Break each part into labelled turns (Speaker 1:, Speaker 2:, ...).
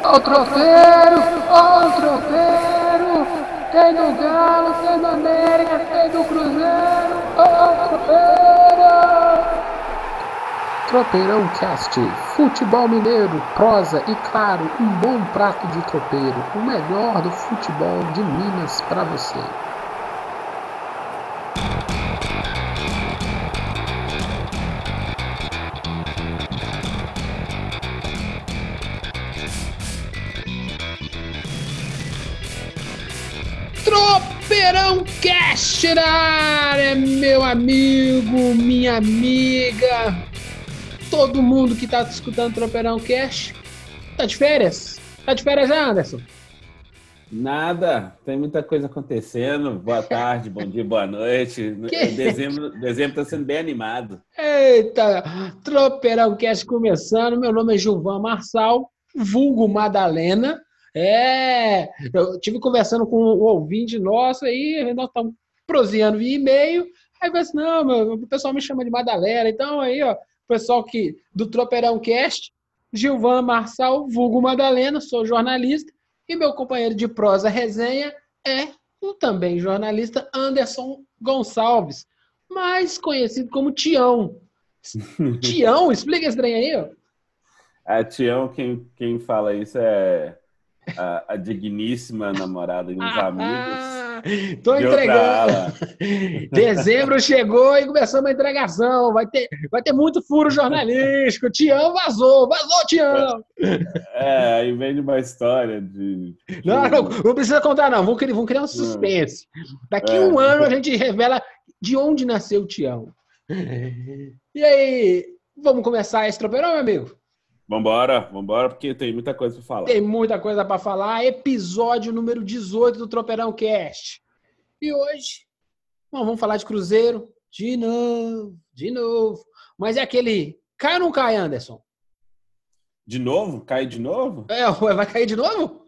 Speaker 1: Ó o tropeiro! Ó o tropeiro! Tem do Galo, tem do América, tem do Cruzeiro! Ó o tropeiro! Tropeirão Cast, futebol mineiro, prosa e, claro, um bom prato de tropeiro, o melhor do futebol de Minas para você. Tropeirão Cast na área, meu amigo, minha amiga. Todo mundo que tá escutando Tropeirão Cast tá de férias? Tá de férias já, Anderson?
Speaker 2: Nada, tem muita coisa acontecendo. Boa tarde, bom dia, boa noite. Dezembro tá sendo bem animado.
Speaker 1: Eita, Tropeirão Cast começando. Meu nome é Gilvan Marçal, vulgo Madalena. Eu tive conversando com um ouvinte nosso aí, nós estamos proseando via e-mail. Aí eu falei assim, não, o pessoal me chama de Madalena. Então aí, ó, o pessoal do Tropeirão Cast, Gilvan Marçal, vulgo Madalena, sou jornalista. E meu companheiro de prosa resenha é o também jornalista Anderson Gonçalves, mais conhecido como Tião. Tião, explica esse trem aí, ó.
Speaker 2: A Tião, quem fala isso é a digníssima namorada de uns amigos
Speaker 1: Tô
Speaker 2: de outra
Speaker 1: entregando.
Speaker 2: ala.
Speaker 1: Dezembro chegou e começamos a entregação. Vai ter muito furo jornalístico. Tião vazou, Tião.
Speaker 2: Aí vem de uma história de
Speaker 1: Não precisa contar, não. Vamos criar um suspense. Daqui um ano a gente revela de onde nasceu o Tião. E aí, vamos começar esse tropeirão, meu amigo?
Speaker 2: Vambora, porque tem muita coisa para falar.
Speaker 1: Tem muita coisa para falar. Episódio número 18 do Tropeirão Cast. E hoje, vamos falar de Cruzeiro de novo. Mas é aquele... Cai ou não cai, Anderson?
Speaker 2: De novo? Cai de novo?
Speaker 1: Vai cair de novo?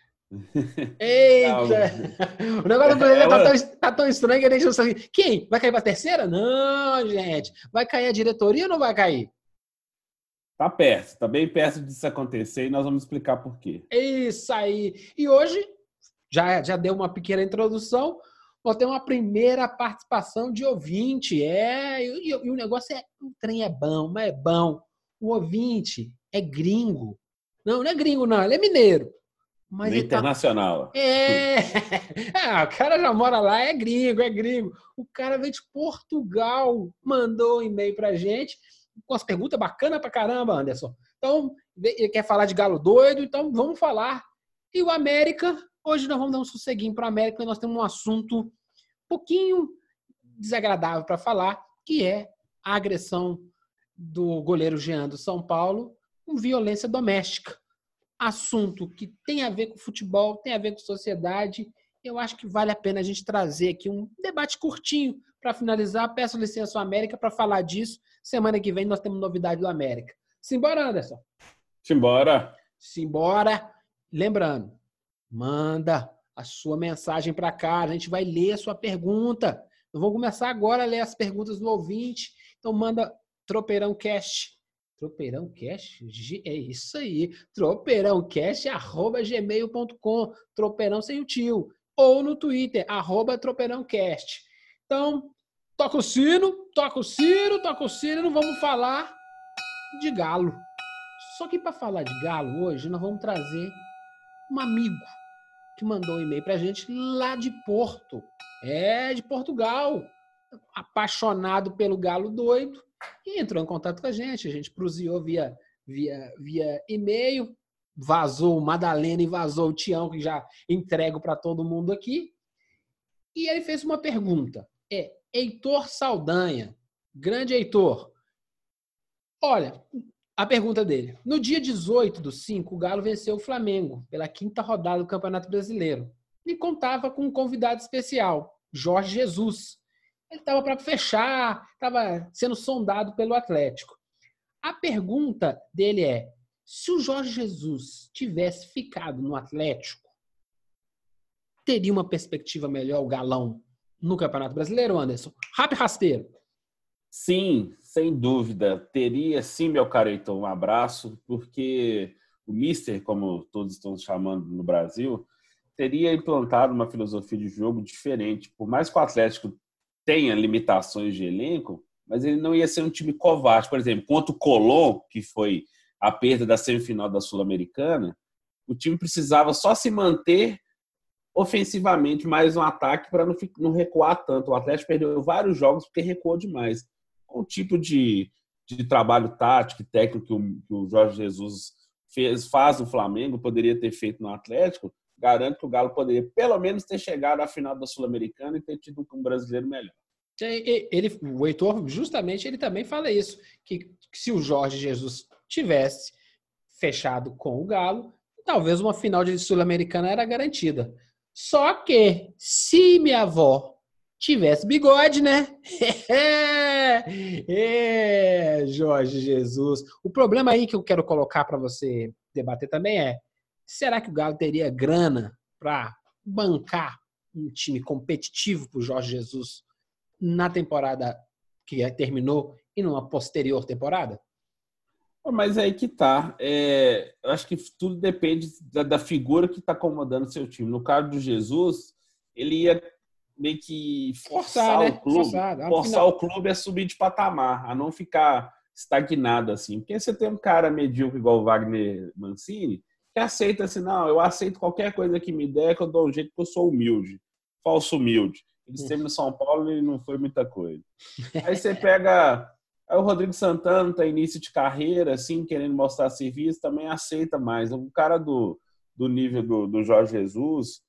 Speaker 1: Eita! Não. O negócio do Cruzeiro tá tão estranho que a gente não sabe. Quem? Vai cair pra terceira? Não, gente. Vai cair a diretoria ou não vai cair?
Speaker 2: Tá perto, tá bem perto disso acontecer e nós vamos explicar por quê.
Speaker 1: Isso aí. E hoje, já deu uma pequena introdução, vou ter uma primeira participação de ouvinte. E o negócio o trem é bom, mas é bom. O ouvinte é gringo. Não é gringo, não, ele é mineiro. Mas
Speaker 2: ele internacional.
Speaker 1: O cara já mora lá, é gringo. O cara veio de Portugal, mandou um e-mail pra gente com as perguntas bacanas pra caramba, Anderson. Então, ele quer falar de Galo doido, então vamos falar. E o América, hoje nós vamos dar um sosseguinho para o América, nós temos um assunto um pouquinho desagradável para falar, que é a agressão do goleiro Jean do São Paulo com violência doméstica. Assunto que tem a ver com futebol, tem a ver com sociedade. Eu acho que vale a pena a gente trazer aqui um debate curtinho para finalizar. Peço licença ao América para falar disso. Semana que vem nós temos novidade do América. Simbora, Anderson. Simbora. Lembrando, manda a sua mensagem para cá. A gente vai ler a sua pergunta. Eu vou começar agora a ler as perguntas do ouvinte. Então manda Tropeirão Cast. Tropeirão Cast? É isso aí. tropeirãocast@gmail.com. Tropeirão sem o tio. Ou no Twitter, @tropeirãocast. Então, toca o sino. Vamos falar de Galo. Só que para falar de Galo hoje, nós vamos trazer um amigo que mandou um e-mail pra gente lá de Porto. De Portugal. Apaixonado pelo Galo doido. E entrou em contato com a gente proseou via e-mail, vazou o Madalena e vazou o Tião, que já entrego para todo mundo aqui. E ele fez uma pergunta. Heitor Saldanha. Grande Heitor. Olha, a pergunta dele. No dia 18/5, o Galo venceu o Flamengo pela 5ª rodada do Campeonato Brasileiro. E contava com um convidado especial, Jorge Jesus. Ele estava para fechar, estava sendo sondado pelo Atlético. A pergunta dele é: se o Jorge Jesus tivesse ficado no Atlético, teria uma perspectiva melhor o Galão no Campeonato Brasileiro, Anderson? Rápido rasteiro.
Speaker 2: Sim, sem dúvida. Teria sim, meu caro Heitor, um abraço, porque o Mister, como todos estão chamando no Brasil, teria implantado uma filosofia de jogo diferente. Por mais que o Atlético tenha limitações de elenco, mas ele não ia ser um time covarde. Por exemplo, contra o Colón, que foi a perda da semifinal da Sul-Americana, o time precisava só se manter ofensivamente mais um ataque para não recuar tanto. O Atlético perdeu vários jogos porque recuou demais. Com o tipo de trabalho tático e técnico que o Jorge Jesus faz no Flamengo, poderia ter feito no Atlético, garanto que o Galo poderia pelo menos ter chegado à final da Sul-Americana e ter tido um brasileiro melhor.
Speaker 1: O Heitor, justamente, ele também fala isso, que se o Jorge Jesus tivesse fechado com o Galo, talvez uma final de Sul-Americana era garantida. Só que, se minha avó tivesse bigode, né? Jorge Jesus. O problema aí que eu quero colocar para você debater também é: será que o Galo teria grana para bancar um time competitivo para o Jorge Jesus na temporada que terminou e numa posterior temporada?
Speaker 2: Mas aí que tá. Eu acho que tudo depende da figura que está acomodando o seu time. No caso do Jesus, ele ia meio que forçar o clube. Forçar o clube a subir de patamar, a não ficar estagnado assim. Porque você tem um cara medíocre igual o Wagner Mancini, que aceita assim, não, eu aceito qualquer coisa que me der, que eu dou um jeito, porque eu sou humilde. Falso humilde. Ele esteve no São Paulo e não foi muita coisa. Aí você pega... Aí o Rodrigo Santana tá início de carreira, assim, querendo mostrar serviço, também aceita mais. O cara do nível do Jorge Jesus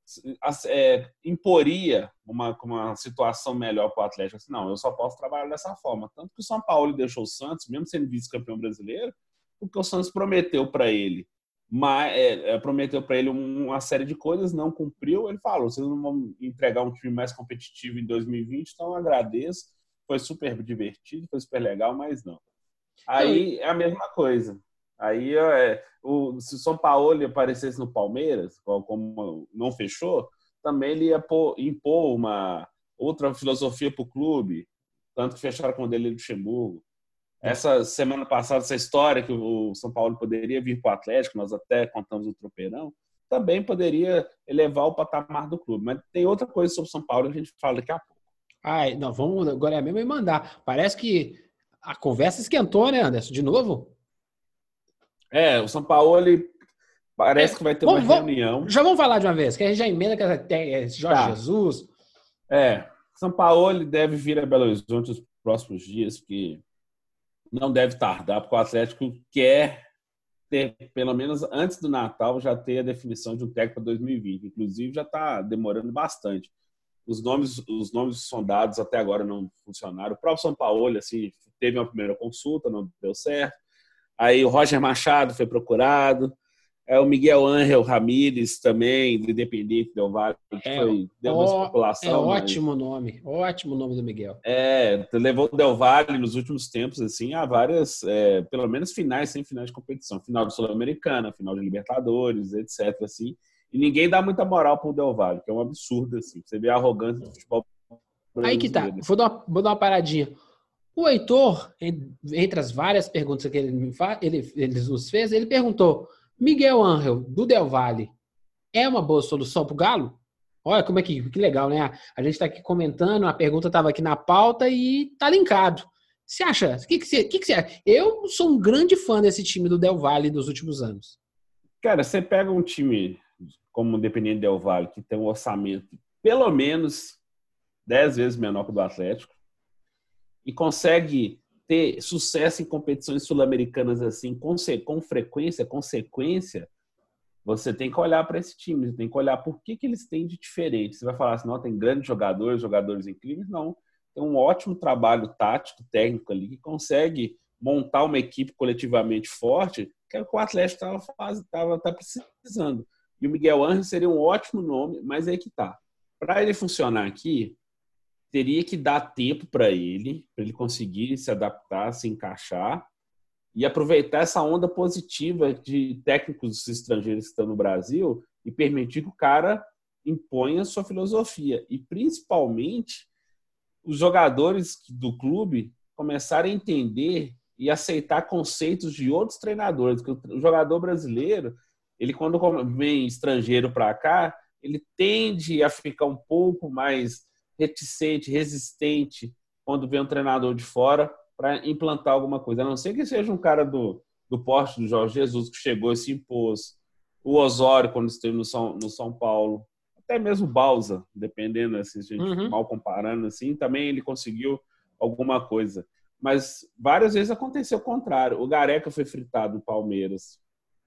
Speaker 2: imporia uma situação melhor para o Atlético. Assim, não, eu só posso trabalhar dessa forma. Tanto que o São Paulo deixou o Santos, mesmo sendo vice-campeão brasileiro, porque o Santos prometeu para ele, uma série de coisas, não cumpriu. Ele falou, vocês não vão entregar um time mais competitivo em 2020, então eu agradeço. Foi super divertido, foi super legal, mas não. Aí é a mesma coisa. Aí, se o São Paulo aparecesse no Palmeiras, como não fechou, também ele ia impor uma outra filosofia para o clube, tanto que fecharam com o dele Luxemburgo. Essa semana passada, essa história que o São Paulo poderia vir para o Atlético, nós até contamos o tropeirão, também poderia elevar o patamar do clube. Mas tem outra coisa sobre o São Paulo que a gente fala daqui a pouco.
Speaker 1: Não, vamos agora mesmo mandar. Parece que a conversa esquentou, né, Anderson? De novo?
Speaker 2: O São Paulo parece que vai ter uma reunião.
Speaker 1: Já vamos falar de uma vez, que a gente já emenda com Jorge Jesus.
Speaker 2: São Paulo deve vir a Belo Horizonte nos próximos dias, porque não deve tardar, porque o Atlético quer ter, pelo menos antes do Natal, já ter a definição de um técnico para 2020. Inclusive, já está demorando bastante. Os nomes sondados até agora não funcionaram. O próprio São Paulo assim, teve uma primeira consulta, não deu certo. Aí o Roger Machado foi procurado. O Miguel Ángel Ramírez também, do Independente Del Valle, que deu uma especulação.
Speaker 1: Ótimo nome do Miguel.
Speaker 2: Levou o Del Valle nos últimos tempos assim, a várias, pelo menos semifinais de competição. Final do Sul-Americana, final de Libertadores, etc. Assim. E ninguém dá muita moral pro Del Valle, que é um absurdo, assim. Você vê a arrogância do futebol brasileiro.
Speaker 1: Aí que tá. Vou dar uma paradinha. O Heitor, entre as várias perguntas que ele nos fez, ele perguntou: Miguel Ángel, do Del Valle, é uma boa solução pro Galo? Olha como é que legal, né? A gente tá aqui comentando, a pergunta estava aqui na pauta e tá linkado. Você acha? O que você acha? Eu sou um grande fã desse time do Del Valle dos últimos anos.
Speaker 2: Cara, você pega um time como o Independente Del Valle, que tem um orçamento pelo menos 10 vezes menor que o do Atlético, e consegue ter sucesso em competições sul-americanas assim, com frequência, consequência, você tem que olhar para esse time, você tem que olhar por que eles têm de diferente. Você vai falar assim, não, tem grandes jogadores incríveis. Não, tem um ótimo trabalho tático, técnico ali, que consegue montar uma equipe coletivamente forte, que é o que o Atlético tá precisando. E o Miguel Ángel seria um ótimo nome, mas aí que tá. Para ele funcionar aqui, teria que dar tempo para ele conseguir se adaptar, se encaixar e aproveitar essa onda positiva de técnicos estrangeiros que estão no Brasil e permitir que o cara imponha a sua filosofia. E, principalmente, os jogadores do clube começarem a entender e aceitar conceitos de outros treinadores. Porque o jogador brasileiro, ele quando vem estrangeiro para cá, ele tende a ficar um pouco mais reticente, resistente, quando vem um treinador de fora para implantar alguma coisa. A não ser que seja um cara do porte do Jorge Jesus, que chegou e se impôs. O Osório, quando esteve no São Paulo. Até mesmo o Bausa, dependendo, assim, se a gente mal comparando, assim, também ele conseguiu alguma coisa. Mas várias vezes aconteceu o contrário. O Gareca foi fritado no Palmeiras.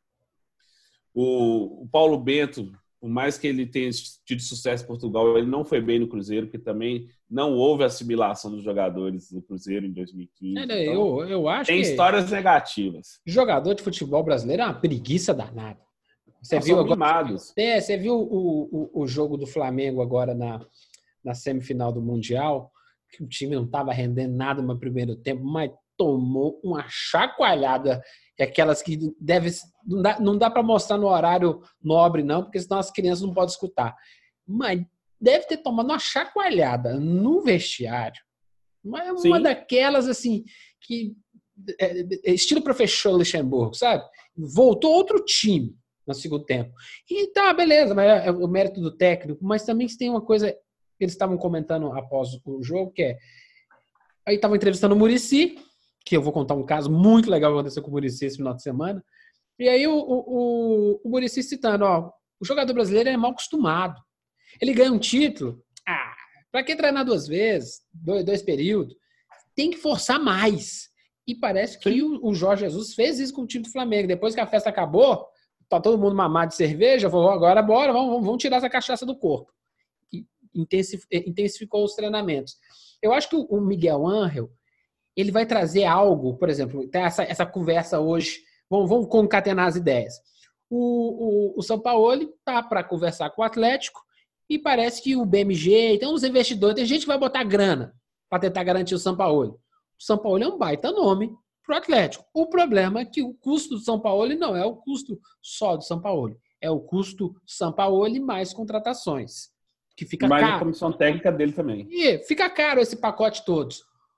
Speaker 2: O Paulo Bento, por mais que ele tenha tido sucesso em Portugal, ele não foi bem no Cruzeiro, porque também não houve assimilação dos jogadores do Cruzeiro em 2015. Então,
Speaker 1: eu acho
Speaker 2: tem histórias negativas.
Speaker 1: Jogador de futebol brasileiro é uma preguiça danada. Você viu agora?
Speaker 2: Mimados.
Speaker 1: Você viu o jogo do Flamengo agora na semifinal do Mundial? Que o time não estava rendendo nada no primeiro tempo, mas tomou uma chacoalhada. Aquelas que não dá para mostrar no horário nobre, não, porque senão as crianças não podem escutar. Mas deve ter tomado uma chacoalhada no vestiário. Uma daquelas, assim, que estilo professor Luxemburgo, sabe? Voltou outro time no segundo tempo. E tá, beleza, mas é o mérito do técnico, mas também tem uma coisa que eles estavam comentando após o jogo, que é... Aí estavam entrevistando o Muricy, que eu vou contar um caso muito legal que aconteceu com o Muricy esse final de semana, e aí o Muricy citando, o jogador brasileiro é mal acostumado. Ele ganha um título, pra que treinar duas vezes, dois períodos? Tem que forçar mais. E parece que o Jorge Jesus fez isso com o time do Flamengo. Depois que a festa acabou, tá todo mundo mamado de cerveja, falou, agora bora, vamos tirar essa cachaça do corpo. E intensificou os treinamentos. Eu acho que o Miguel Ángel, ele vai trazer algo, por exemplo, tem essa conversa hoje, vamos concatenar as ideias. O Sampaoli tá para conversar com o Atlético e parece que o BMG, tem uns investidores, tem gente que vai botar grana para tentar garantir o Sampaoli. O Sampaoli é um baita nome para o Atlético. O problema é que o custo do Sampaoli não é o custo só do Sampaoli, é o custo Sampaoli mais contratações, que fica
Speaker 2: mais
Speaker 1: caro.
Speaker 2: A comissão técnica dele também.
Speaker 1: E fica caro esse pacote todo.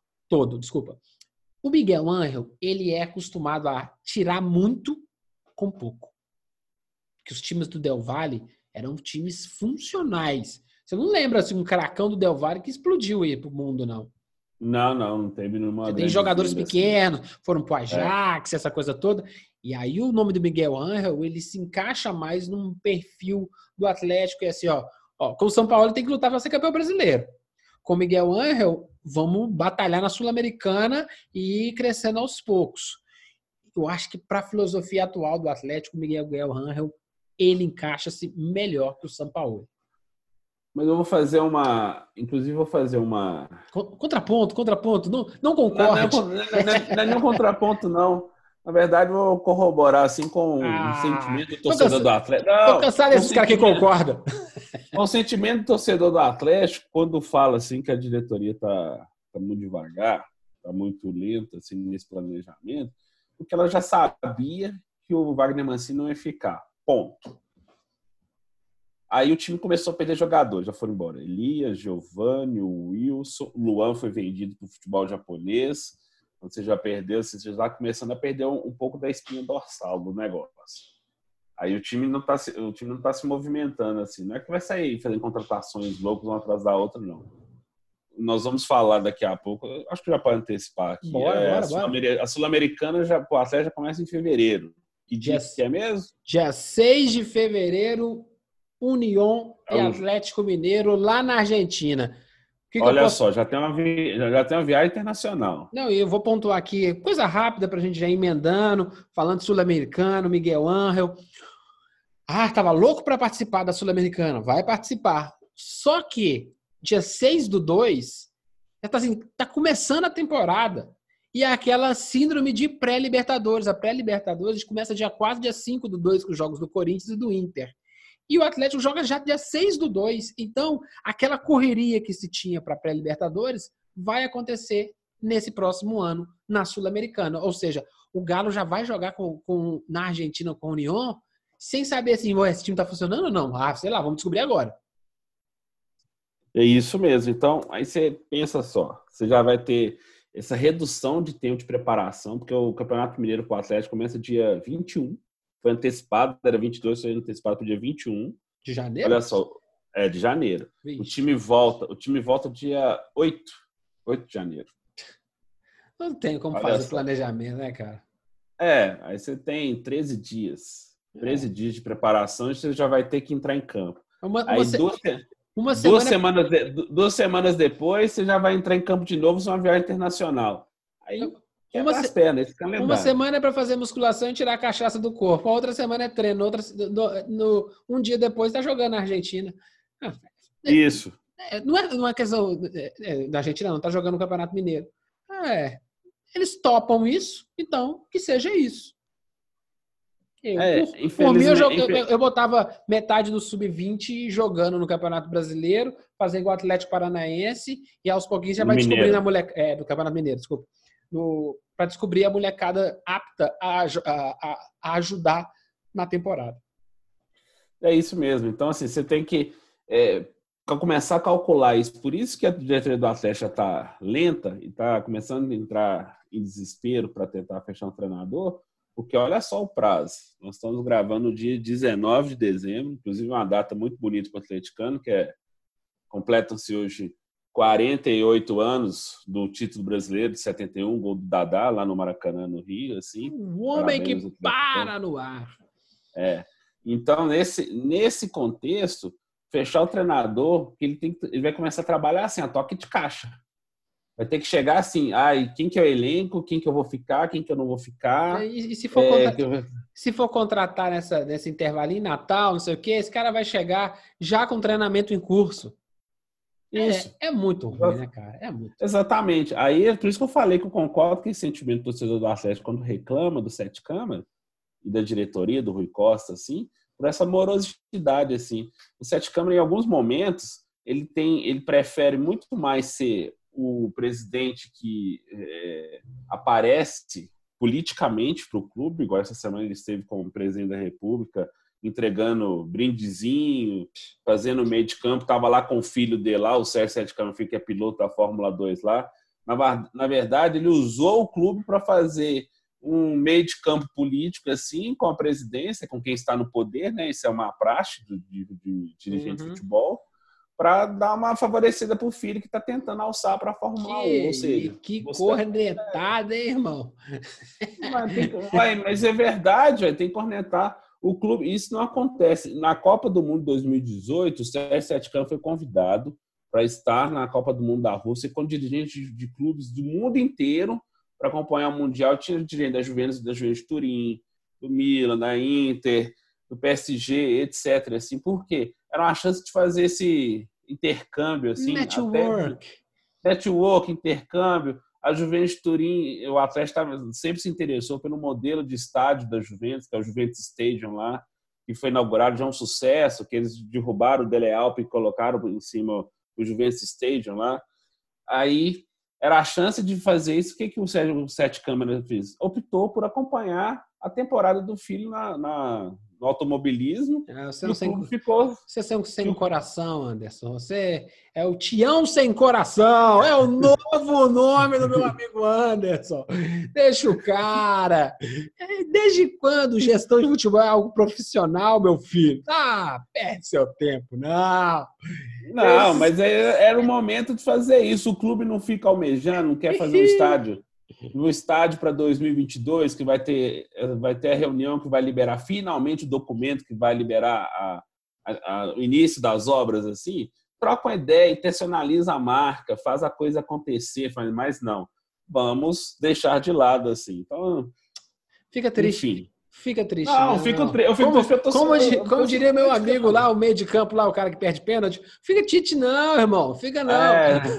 Speaker 1: O Miguel Ángel, ele é acostumado a tirar muito com pouco. Que os times do Del Valle eram times funcionais. Você não lembra assim, um caracão do Del Valle que explodiu aí pro mundo, não?
Speaker 2: Não teve nenhuma.
Speaker 1: Tem jogadores pequenos, foram pro Ajax, essa coisa toda. E aí o nome do Miguel Ángel, ele se encaixa mais num perfil do Atlético, é assim, com o São Paulo tem que lutar para ser campeão brasileiro. Com o Miguel Ángel, vamos batalhar na Sul-Americana e ir crescendo aos poucos. Eu acho que para a filosofia atual do Atlético, o Miguel Ángel, ele encaixa-se melhor que o Sampaoli.
Speaker 2: Mas eu vou fazer uma... Inclusive, vou fazer uma...
Speaker 1: Contraponto. Não concorde.
Speaker 2: Não é nenhum contraponto, não. Na verdade, vou corroborar assim com o sentimento do torcedor do Atlético.
Speaker 1: Estou cansado desses caras que concordam.
Speaker 2: O sentimento do torcedor do Atlético, quando fala assim que a diretoria está muito devagar, está muito lenta assim, nesse planejamento, porque ela já sabia que o Wagner Mancini não ia ficar. Ponto. Aí o time começou a perder jogadores, já foram embora. Elias, Giovani, o Wilson, o Luan foi vendido para o futebol japonês. Você já perdeu, você já está começando a perder um pouco da espinha dorsal do negócio. Aí o time não está se movimentando assim. Não é que vai sair fazendo contratações loucas uma atrás da outra, não. Nós vamos falar daqui a pouco. Acho que já pode antecipar aqui.
Speaker 1: Bora.
Speaker 2: A Sul-Americana, o Atlético já começa em fevereiro. Que dia que é mesmo?
Speaker 1: Dia 6 de fevereiro, União e Atlético Mineiro, lá na Argentina.
Speaker 2: Olha só, já tem uma viagem internacional.
Speaker 1: Não, e eu vou pontuar aqui, coisa rápida para a gente já ir emendando, falando de Sul-Americano, Miguel Ángel. Tava louco para participar da Sul-Americana, vai participar. Só que, dia 6/2, já tá começando a temporada. E é aquela síndrome de pré-Libertadores. A pré-Libertadores começa dia 4, dia 5/2, com os jogos do Corinthians e do Inter. E o Atlético joga já dia 6/2. Então, aquela correria que se tinha para a pré-Libertadores vai acontecer nesse próximo ano na Sul-Americana. Ou seja, o Galo já vai jogar na Argentina com a União sem saber assim, esse time está funcionando ou não. Sei lá, vamos descobrir agora.
Speaker 2: É isso mesmo. Então, aí você pensa só, você já vai ter essa redução de tempo de preparação, porque o Campeonato Mineiro para o Atlético começa dia 21, foi antecipado, era 22, foi antecipado para o dia 21.
Speaker 1: De janeiro?
Speaker 2: Olha só, de janeiro.
Speaker 1: Vixe.
Speaker 2: O time volta dia 8 de janeiro.
Speaker 1: Não tem como
Speaker 2: Olha
Speaker 1: fazer
Speaker 2: só.
Speaker 1: planejamento, né, cara?
Speaker 2: Aí você tem 13 dias. 13 dias de preparação e você já vai ter que entrar em campo. Duas semanas depois, você já vai entrar em campo de novo, uma viagem internacional. Aí quebra as pernas, esse calendário.
Speaker 1: Uma semana é para fazer musculação e tirar a cachaça do corpo. A outra semana é treino. Um dia depois tá jogando na Argentina.
Speaker 2: Isso.
Speaker 1: Não é questão da Argentina, não. Tá jogando no Campeonato Mineiro. Eles topam isso, então que seja isso. Por mim, eu botava metade do sub-20 jogando no Campeonato Brasileiro, fazendo igual o Atlético Paranaense, e aos pouquinhos já vai descobrindo a molecada. Do Campeonato Mineiro, desculpa. Para descobrir a molecada apta a ajudar na temporada.
Speaker 2: É isso mesmo. Então, assim, você tem que começar a calcular isso. Por isso que a diretoria do Atlético já está lenta e está começando a entrar em desespero para tentar fechar um treinador. Porque olha só o prazo. Nós estamos gravando no dia 19 de dezembro, inclusive uma data muito bonita para o atleticano, que completam-se hoje 48 anos do título brasileiro de 71, gol do Dadá, lá no Maracanã, no Rio. Assim.
Speaker 1: Um homem que para no ar.
Speaker 2: Então, nesse contexto, fechar o treinador, ele vai começar a trabalhar assim, a toque de caixa. Vai ter que chegar assim, quem que é o elenco, quem que eu vou ficar, quem que eu não vou ficar.
Speaker 1: E se for contratar nesse intervalinho, Natal, não sei o quê, esse cara vai chegar já com treinamento em curso.
Speaker 2: Isso.
Speaker 1: É muito ruim, né, cara?
Speaker 2: Exatamente. Aí é por isso que eu falei que eu concordo com esse sentimento do torcedor do Atlético quando reclama do Sete Câmara e da diretoria, do Rui Costa, assim, por essa morosidade, assim. O Sete Câmara, em alguns momentos, ele prefere muito mais ser o presidente que aparece politicamente para o clube, igual essa semana ele esteve como presidente da República, entregando brindezinho, fazendo meio de campo, estava lá com o filho dele lá, o Sérgio Sete Câmara, que é piloto da Fórmula 2 lá. Na verdade, ele usou o clube para fazer um meio de campo político assim, com a presidência, com quem está no poder, né? Isso é uma praxe de dirigente de futebol, para dar uma favorecida para o filho que está tentando alçar para a Fórmula 1. Ou seja,
Speaker 1: que cornetada, hein, irmão?
Speaker 2: Mas é verdade, tem que cornetar o clube. Isso não acontece. Na Copa do Mundo 2018, o Sérgio Sete Câmara foi convidado para estar na Copa do Mundo da Rússia com dirigentes de clubes do mundo inteiro para acompanhar o Mundial. Tinha dirigente da Juventus de Turim, do Milan, da Inter, do PSG, etc. Assim, por quê? Era uma chance de fazer esse intercâmbio. Assim, network, intercâmbio. A Juventus de Turim, o Atlético sempre se interessou pelo modelo de estádio da Juventus, que é o Juventus Stadium lá, que foi inaugurado, já é um sucesso, que eles derrubaram o Dele Alpi e colocaram em cima o Juventus Stadium lá. Aí era a chance de fazer isso. O que o Sete Câmara fez? Optou por acompanhar a temporada do filho no automobilismo.
Speaker 1: Você é sem coração, Anderson. Você é o Tião sem coração. É o novo nome do meu amigo Anderson. Deixa o cara. Desde quando gestão de futebol é algo profissional, meu filho? Perde seu tempo, não.
Speaker 2: Não, mas era o momento de fazer isso. O clube não fica almejando, não quer fazer um estádio. No estádio para 2022, que vai ter a reunião que vai liberar finalmente o documento que vai liberar o início das obras, assim, troca uma ideia, intencionaliza a marca, faz a coisa acontecer, mas não, vamos deixar de lado, assim. Então,
Speaker 1: fica triste.
Speaker 2: Enfim.
Speaker 1: Fica triste.
Speaker 2: Não, fico triste.
Speaker 1: Como diria meu amigo lá, o meio de campo lá, o cara que perde pênalti, fica tite não, irmão, fica não.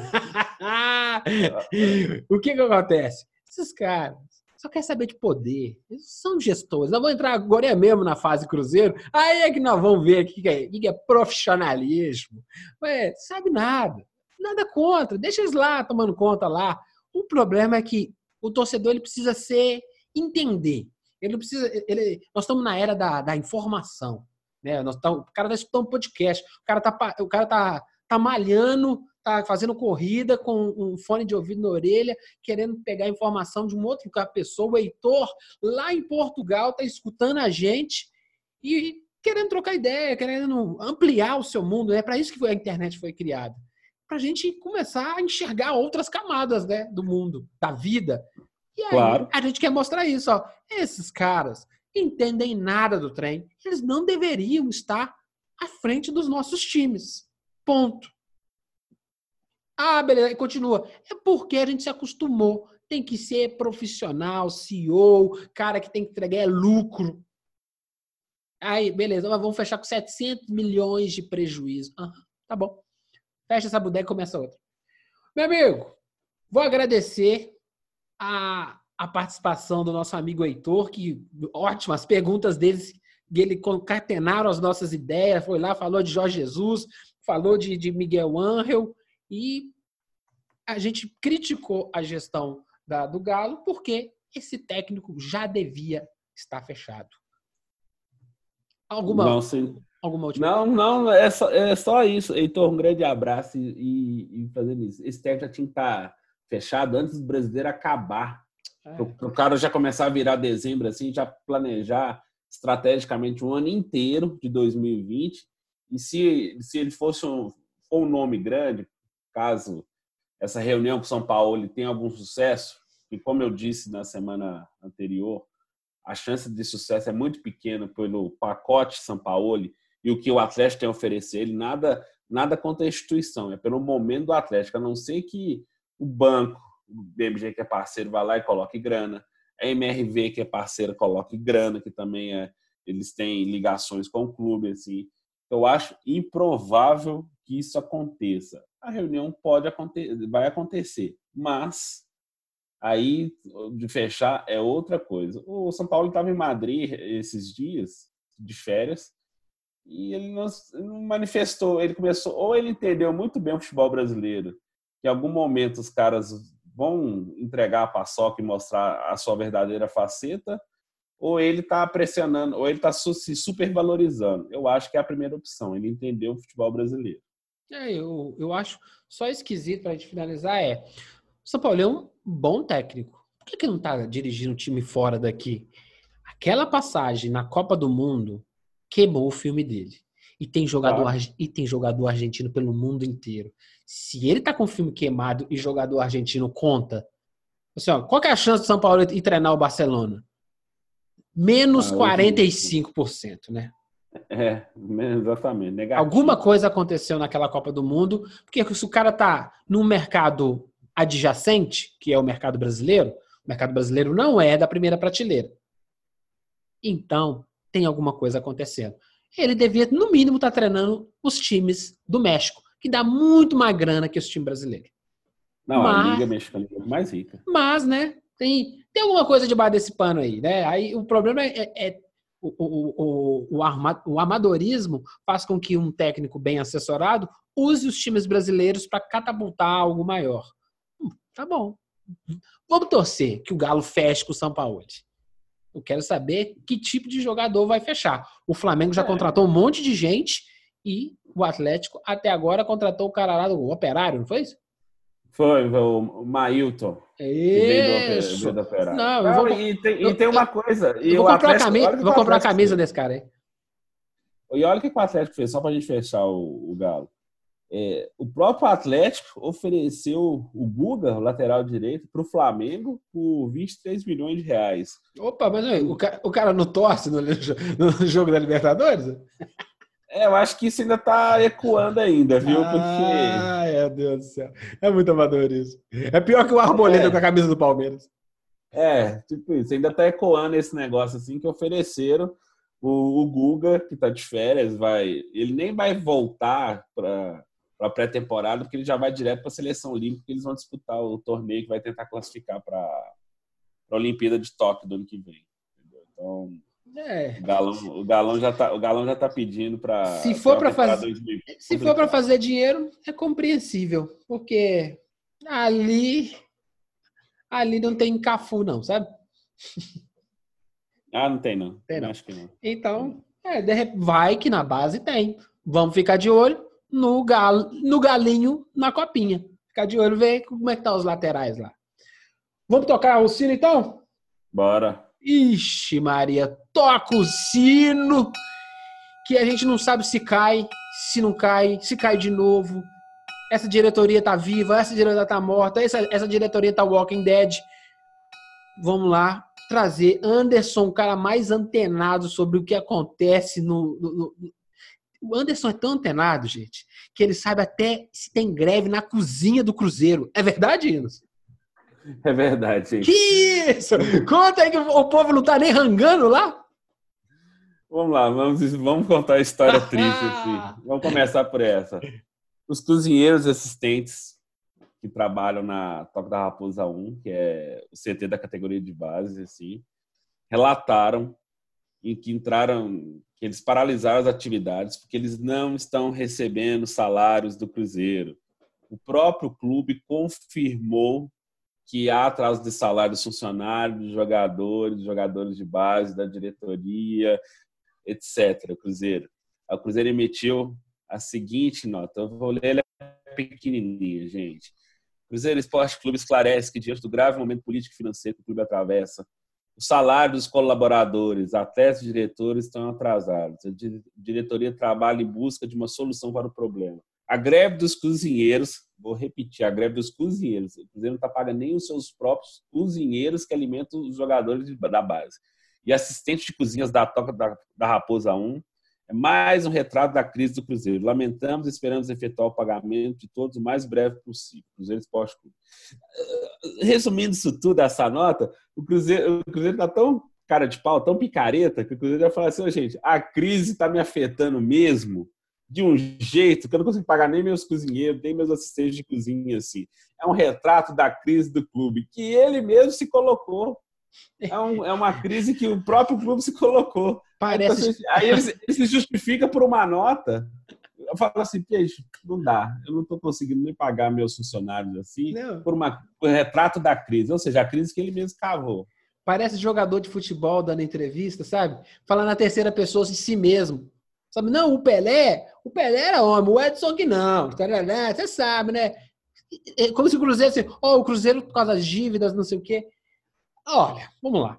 Speaker 1: O que acontece? Esses caras só querem saber de poder. Eles são gestores. Nós vamos entrar agora mesmo na fase Cruzeiro, aí é que nós vamos ver o que é profissionalismo. Sabe nada contra, deixa eles lá tomando conta lá. O problema é que o torcedor ele precisa entender. Nós estamos na era da informação, né? O cara está escutando um podcast, o cara tá malhando, tá fazendo corrida com um fone de ouvido na orelha, querendo pegar informação de um outro pessoa. O Heitor, lá em Portugal, tá escutando a gente e querendo trocar ideia, querendo ampliar o seu mundo. É para isso que a internet foi criada. Para a gente começar a enxergar outras camadas, né, do mundo, da vida. E aí,
Speaker 2: Claro.
Speaker 1: a gente quer mostrar isso. Ó. Esses caras entendem nada do trem. Eles não deveriam estar à frente dos nossos times. Ponto. Ah, beleza. E continua. É porque a gente se acostumou. Tem que ser profissional, CEO, cara que tem que entregar lucro. Aí, beleza. Mas vamos fechar com 700 milhões de prejuízo. Tá bom. Fecha essa bodega e começa outra. Meu amigo, vou agradecer a participação do nosso amigo Heitor, que ótimas perguntas deles, ele concatenaram as nossas ideias, foi lá, falou de Jorge Jesus, falou de Miguel Ángel, e a gente criticou a gestão do Galo porque esse técnico já devia estar fechado. Alguma última?
Speaker 2: Não, é só isso. Heitor, um grande abraço e fazendo isso. Esse técnico já tinha que estar fechado antes do brasileiro acabar. Para o cara já começar a virar dezembro, assim, já planejar estrategicamente um ano inteiro de 2020. E se ele fosse um nome grande, caso essa reunião com o São Paulo tenha algum sucesso, e como eu disse na semana anterior, a chance de sucesso é muito pequena pelo pacote São Paulo e o que o Atlético tem a oferecer. Ele nada contra a instituição, é pelo momento do Atlético, a não ser que o banco, o BMG, que é parceiro, vai lá e coloque grana, a MRV, que é parceira, coloque grana, que também eles têm ligações com o clube. Assim. Eu acho improvável que isso aconteça. A reunião vai acontecer, mas aí de fechar é outra coisa. O São Paulo estava em Madrid esses dias de férias e ele não manifestou. Ele começou, ou ele entendeu muito bem o futebol brasileiro, que em algum momento os caras vão entregar a paçoca e mostrar a sua verdadeira faceta, ou ele está pressionando, ou ele está se supervalorizando. Eu acho que é a primeira opção. Ele entendeu o futebol brasileiro.
Speaker 1: Eu acho só esquisito para a gente finalizar o São Paulo é um bom técnico. Por que não está dirigindo um time fora daqui? Aquela passagem na Copa do Mundo queimou o filme dele. E tem jogador argentino pelo mundo inteiro. Se ele tá com o filme queimado e jogador argentino conta, assim, ó, qual que é a chance do São Paulo ir treinar o Barcelona? Menos 45%, né?
Speaker 2: Exatamente. Negativo.
Speaker 1: Alguma coisa aconteceu naquela Copa do Mundo, porque se o cara tá num mercado adjacente, que é o mercado brasileiro não é da primeira prateleira. Então, tem alguma coisa acontecendo. Ele devia, no mínimo, estar treinando os times do México, que dá muito mais grana que os times brasileiros.
Speaker 2: A Liga Mexicana é mais rica.
Speaker 1: Mas, né, tem alguma coisa debaixo desse pano aí, né? Aí o problema o amadorismo faz com que um técnico bem assessorado use os times brasileiros para catapultar algo maior. Tá bom. Vamos torcer que o Galo feche com o São Paulo. Eu quero saber que tipo de jogador vai fechar. O Flamengo já contratou um monte de gente e o Atlético até agora contratou o cara lá do Operário, não foi isso?
Speaker 2: Foi o Mailton.
Speaker 1: Isso.
Speaker 2: Que veio do Operário.
Speaker 1: Não,
Speaker 2: e tem uma coisa.
Speaker 1: Eu vou comprar a camisa desse cara aí.
Speaker 2: E olha o que o Atlético fez, só pra gente fechar o Galo. O próprio Atlético ofereceu o Guga, o lateral direito, para o Flamengo por 23 milhões de reais.
Speaker 1: Opa, mas o cara não torce no jogo da Libertadores?
Speaker 2: Eu acho que isso ainda está ecoando ainda, viu?
Speaker 1: Meu Deus do céu. É muito amador isso. É pior que o Arboleda com a camisa do Palmeiras.
Speaker 2: Tipo isso. Ainda está ecoando esse negócio assim que ofereceram o Guga, que está de férias, ele nem vai voltar para a pré-temporada, porque ele já vai direto para a seleção olímpica, porque eles vão disputar o torneio que vai tentar classificar para a Olimpíada de Tóquio do ano que vem. Entendeu? Então, o Galão já tá pedindo para
Speaker 1: se for para fazer dinheiro, é compreensível, porque ali não tem Cafu não, sabe?
Speaker 2: Não tem não.
Speaker 1: Tem não.
Speaker 2: Acho que não.
Speaker 1: Então, vai que na base tem. Vamos ficar de olho. no galinho na copinha. Ficar de olho, ver como é que tá os laterais lá. Vamos tocar o sino, então?
Speaker 2: Bora.
Speaker 1: Ixi, Maria, toca o sino, que a gente não sabe se cai, se não cai, se cai de novo. Essa diretoria tá viva, essa diretoria tá morta, essa diretoria tá Walking Dead. Vamos lá trazer Anderson, o cara mais antenado sobre o que acontece O Anderson é tão antenado, gente, que ele sabe até se tem greve na cozinha do Cruzeiro. É verdade, Inos?
Speaker 2: É verdade, gente.
Speaker 1: Que isso? Conta aí que o povo não tá nem rangando lá.
Speaker 2: Vamos lá, vamos contar a história triste aqui. Vamos começar por essa. Os cozinheiros assistentes que trabalham na Toca da Raposa 1, que é o CT da categoria de base, assim, relataram em que que eles paralisaram as atividades porque eles não estão recebendo salários do Cruzeiro. O próprio clube confirmou que há atraso de salário dos funcionários, dos jogadores de base, da diretoria, etc. O Cruzeiro emitiu a seguinte nota. Eu vou ler, ela é pequenininha, gente. Cruzeiro Esporte Clube esclarece que, diante do grave momento político e financeiro que o clube atravessa, o salário dos colaboradores, atletas e diretores estão atrasados. A diretoria trabalha em busca de uma solução para o problema. A greve dos cozinheiros, vou repetir, a greve dos cozinheiros. O Cruzeiro não está pagando nem os seus próprios cozinheiros que alimentam os jogadores da base. E assistentes de cozinhas da Toca da Raposa 1 é mais um retrato da crise do Cruzeiro. Lamentamos e esperamos efetuar o pagamento de todos o mais breve possível. Cruzeiro Esporte Clube. Resumindo isso tudo, essa nota, o Cruzeiro está tão cara de pau, tão picareta, que o Cruzeiro vai falar assim, gente, a crise está me afetando mesmo de um jeito que eu não consigo pagar nem meus cozinheiros, nem meus assistentes de cozinha, assim. É um retrato da crise do clube, que ele mesmo se colocou. É uma crise que o próprio clube se colocou.
Speaker 1: Parece...
Speaker 2: Aí ele se justifica por uma nota. Eu falo assim, peixe, não dá. Eu não estou conseguindo nem pagar meus funcionários assim por um retrato da crise. Ou seja, a crise que ele mesmo cavou.
Speaker 1: Parece jogador de futebol dando entrevista, sabe? Falando na terceira pessoa de si mesmo. Sabe? Não, o Pelé era homem, o Edson que não. Você sabe, né? Como se o Cruzeiro... o Cruzeiro por causa das dívidas, não sei o quê. Olha, vamos lá.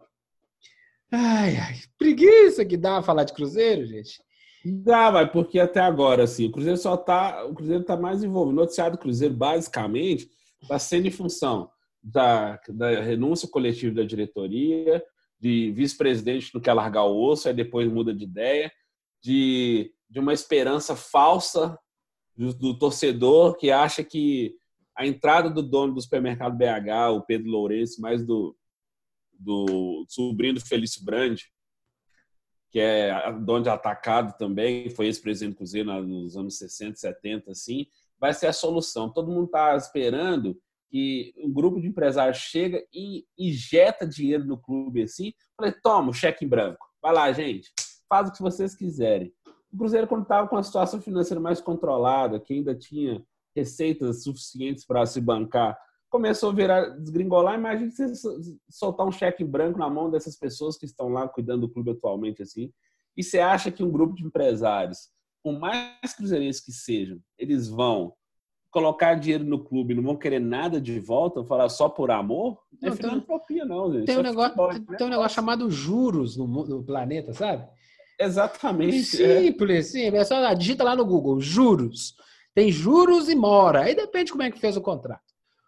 Speaker 1: Ai, preguiça que dá falar de Cruzeiro, gente.
Speaker 2: Dá, mas porque até agora, assim, o Cruzeiro está mais envolvido. O noticiário do Cruzeiro, basicamente, está sendo em função da renúncia coletiva da diretoria, de vice-presidente que não quer largar o osso, aí depois muda de ideia, de uma esperança falsa do torcedor que acha que a entrada do dono do supermercado BH, o Pedro Lourenço, mais do sobrinho do Felício Brandi, que é dono de Atacado também, foi ex-presidente do Cruzeiro nos anos 60, 70, assim, vai ser a solução. Todo mundo está esperando que um grupo de empresários chega e injeta dinheiro no clube assim, falei, toma, cheque em branco. Vai lá, gente, faz o que vocês quiserem. O Cruzeiro, quando estava com a situação financeira mais controlada, que ainda tinha receitas suficientes para se bancar, começou a virar, desgringolar. Imagina você soltar um cheque em branco na mão dessas pessoas que estão lá cuidando do clube atualmente, assim. E você acha que um grupo de empresários, por mais cruzeirenses que sejam, eles vão colocar dinheiro no clube, não vão querer nada de volta, falar só por amor? Não é filantropia, não, gente.
Speaker 1: Tem um negócio chamado juros no planeta, sabe?
Speaker 2: Exatamente.
Speaker 1: Simples, sim. É só digita lá no Google, juros. Tem juros e mora. Aí depende como é que fez o contrato.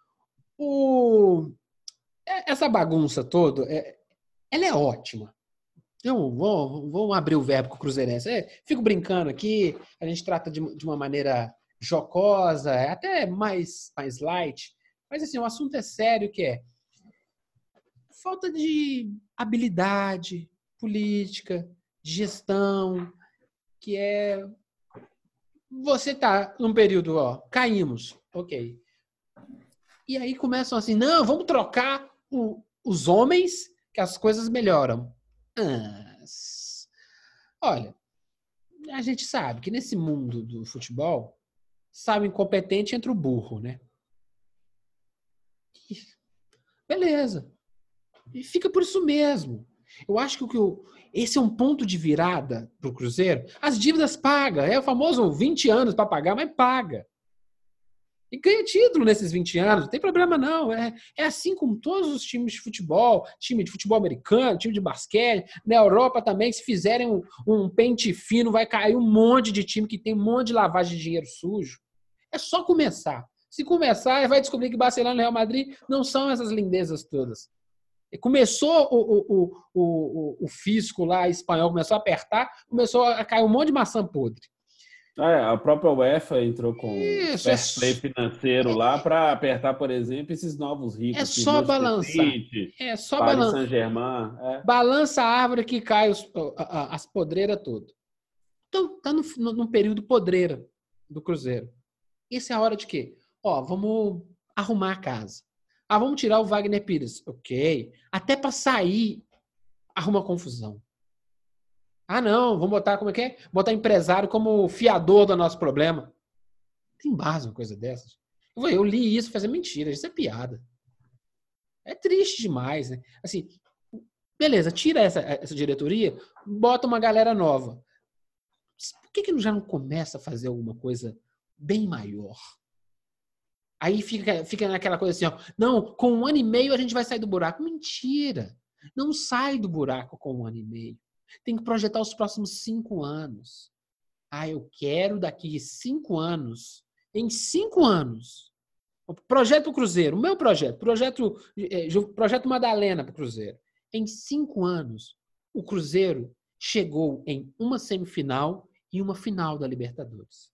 Speaker 1: Essa bagunça toda, ela é ótima. Então, vamos abrir o verbo com o cruzeirense. Fico brincando aqui, a gente trata de uma maneira jocosa, até mais light. Mas assim, o assunto é sério, que é falta de habilidade política, de gestão, que é... Você tá num período, caímos, ok. E aí começam assim, não, vamos trocar os homens que as coisas melhoram. Olha, a gente sabe que nesse mundo do futebol, sabe incompetente entra o burro, né? Beleza. E fica por isso mesmo. Eu acho que esse é um ponto de virada para o Cruzeiro. As dívidas paga, é o famoso 20 anos para pagar, mas paga. E ganha título nesses 20 anos, não tem problema não. É assim com todos os times de futebol, time de futebol americano, time de basquete. Na Europa também, se fizerem um pente fino, vai cair um monte de time que tem um monte de lavagem de dinheiro sujo. É só começar. Se começar, vai descobrir que Barcelona e Real Madrid não são essas lindezas todas. Começou o fisco lá espanhol, começou a apertar, começou a cair um monte de maçã podre.
Speaker 2: A própria UEFA entrou com fair play financeiro lá para apertar, por exemplo, esses novos ricos.
Speaker 1: É só balançar. É só
Speaker 2: Paris Saint-Germain.
Speaker 1: Balança a árvore que cai as podreiras todas. Então, está num período podreira do Cruzeiro. Essa é a hora de quê? Vamos arrumar a casa. Vamos tirar o Wagner Pires. Ok. Até para sair, arruma confusão. Não, vamos botar, como é que é? Botar empresário como fiador do nosso problema. Tem base uma coisa dessas? Eu li isso e falei, mentira, isso é piada. É triste demais, né? Assim, beleza, tira essa diretoria, bota uma galera nova. Por que já não começa a fazer alguma coisa bem maior? Aí fica naquela coisa assim, não, com 1 ano e meio a gente vai sair do buraco. Mentira! Não sai do buraco com 1 ano e meio. Tem que projetar os próximos 5 anos. Eu quero daqui 5 anos, em 5 anos, projeto Cruzeiro, o meu projeto Madalena para o Cruzeiro. Em 5 anos, o Cruzeiro chegou em uma semifinal e uma final da Libertadores.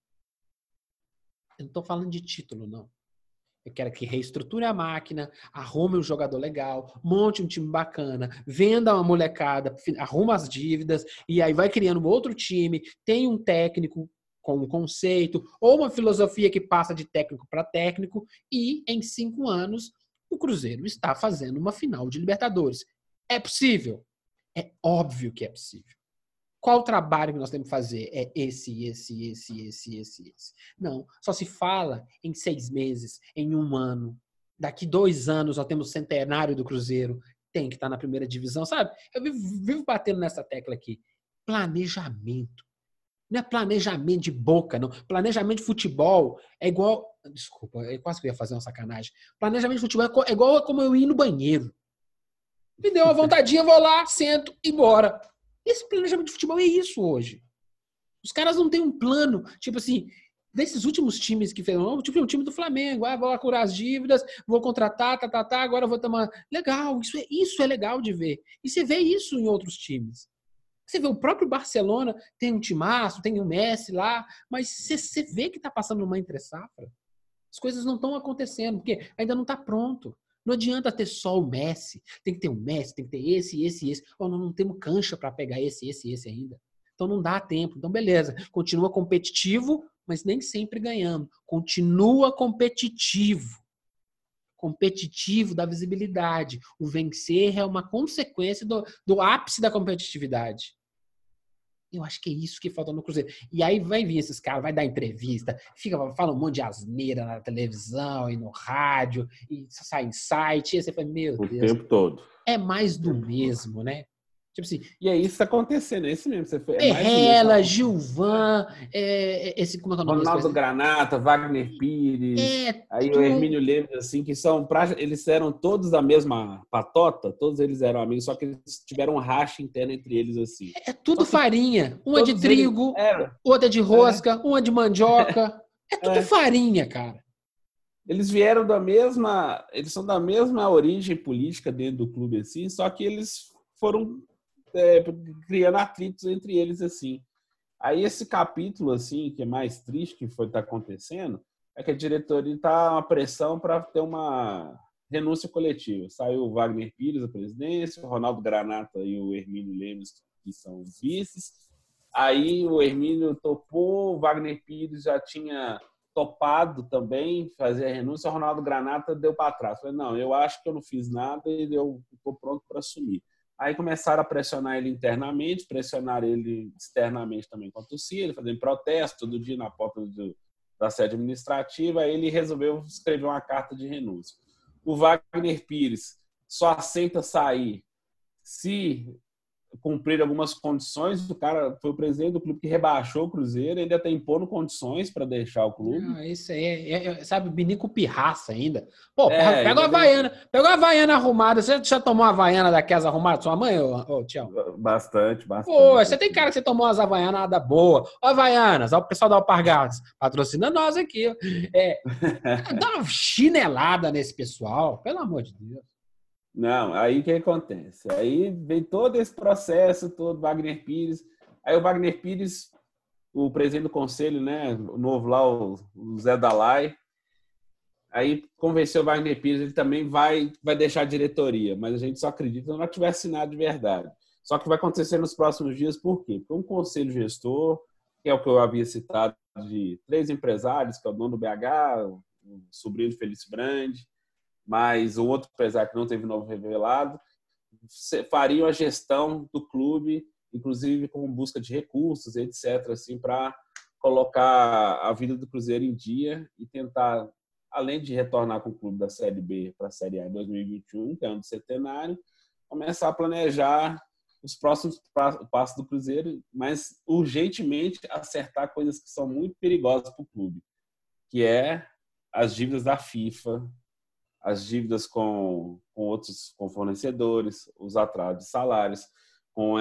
Speaker 1: Eu não estou falando de título, não. Eu quero que reestruture a máquina, arrume um jogador legal, monte um time bacana, venda uma molecada, arruma as dívidas e aí vai criando outro time, tem um técnico com um conceito ou uma filosofia que passa de técnico para técnico e em 5 anos o Cruzeiro está fazendo uma final de Libertadores. É possível? É óbvio que é possível. Qual o trabalho que nós temos que fazer? É esse. Não, só se fala em 6 meses, em 1 ano. Daqui 2 anos nós temos o centenário do Cruzeiro. Tem que estar na primeira divisão, sabe? Eu vivo batendo nessa tecla aqui. Planejamento. Não é planejamento de boca, não. Planejamento de futebol é igual... Desculpa, eu quase que eu ia fazer uma sacanagem. Planejamento de futebol é igual a como eu ir no banheiro. Me deu uma vontadinha, vou lá, sento e bora. Esse planejamento de futebol é isso hoje. Os caras não têm um plano, tipo assim, desses últimos times que fizeram, tipo o time do Flamengo, vou lá curar as dívidas, vou contratar, agora vou tomar... Legal, isso é legal de ver. E você vê isso em outros times. Você vê o próprio Barcelona, tem um timaço, tem o Messi lá, mas você vê que está passando uma entre-safra. As coisas não estão acontecendo, porque ainda não está pronto. Não adianta ter só o Messi. Tem que ter o Messi, tem que ter esse. Não temos cancha para pegar esse ainda. Então não dá tempo. Então beleza, continua competitivo, mas nem sempre ganhamos. Continua competitivo. Competitivo da visibilidade. O vencer é uma consequência do ápice da competitividade. Eu acho que é isso que falta no Cruzeiro. E aí vai vir esses caras, vai dar entrevista, fala um monte de asneira na televisão e no rádio, e sai em site, e aí você fala, meu Deus.
Speaker 2: O tempo todo.
Speaker 1: É mais do mesmo, né? Tipo assim.
Speaker 2: E é isso acontecendo, é isso mesmo.
Speaker 1: Perrela, Gilvan, como é o nome
Speaker 2: Ronaldo Granata, Wagner Pires, aí o Hermínio Lemes, assim, que eles eram todos da mesma patota, todos eles eram amigos, só que eles tiveram um racha interno entre eles, assim.
Speaker 1: É tudo farinha. Um é de trigo, outro é de rosca, um é de mandioca. É tudo farinha, cara.
Speaker 2: Eles são da mesma origem política dentro do clube, assim, só que eles foram criando atritos entre eles, assim. Aí esse capítulo, assim, que é mais triste que está acontecendo, é que a diretoria está uma pressão para ter uma renúncia coletiva. Saiu o Wagner Pires, a presidência, o Ronaldo Granata e o Hermínio Lemes, que são os vices. Aí o Hermínio topou, o Wagner Pires já tinha topado também fazer a renúncia, o Ronaldo Granata deu para trás. Falei, não, eu acho que eu não fiz nada e eu estou pronto para assumir. Aí começaram a pressionar ele internamente, pressionar ele externamente também com a torcida, ele fazendo protesto todo dia na porta da sede administrativa. Aí ele resolveu escrever uma carta de renúncia. O Wagner Pires só aceita sair se cumprir algumas condições. O cara foi o presidente do clube que rebaixou o Cruzeiro, ainda está impondo condições para deixar o clube.
Speaker 1: Não, isso aí sabe, Binico pirraça ainda. Pô, pega
Speaker 2: Ainda
Speaker 1: uma Havaiana, pega uma Havaiana arrumada. Você já tomou uma Havaiana daquelas arrumadas, sua mãe, Tião?
Speaker 2: Bastante.
Speaker 1: Pô, você tem cara que você tomou umas Havaianas nada boa. Ó, Havaianas, ó, o pessoal da Alpargatas, patrocina nós aqui. Ó. Dá uma chinelada nesse pessoal, pelo amor de Deus.
Speaker 2: Não, aí o que acontece? Aí vem todo esse processo, todo Wagner Pires. Aí o Wagner Pires, o presidente do conselho, né, o novo lá, o Zé Dalai, aí convenceu o Wagner Pires, ele também vai deixar a diretoria, mas a gente só acredita se não tiver assinado de verdade. Só que vai acontecer nos próximos dias, por quê? Porque um conselho gestor, que é o que eu havia citado, de 3 empresários, que é o dono do BH, o sobrinho do Felício Brandi, mas o outro empresário que não teve nome revelado, fariam a gestão do clube, inclusive com busca de recursos, etc., assim, para colocar a vida do Cruzeiro em dia e tentar, além de retornar com o clube da Série B para a Série A em 2021, que é ano do centenário, começar a planejar os próximos passos do Cruzeiro, mas urgentemente acertar coisas que são muito perigosas para o clube, que é as dívidas da FIFA, as dívidas com fornecedores, os atrasos de salários, com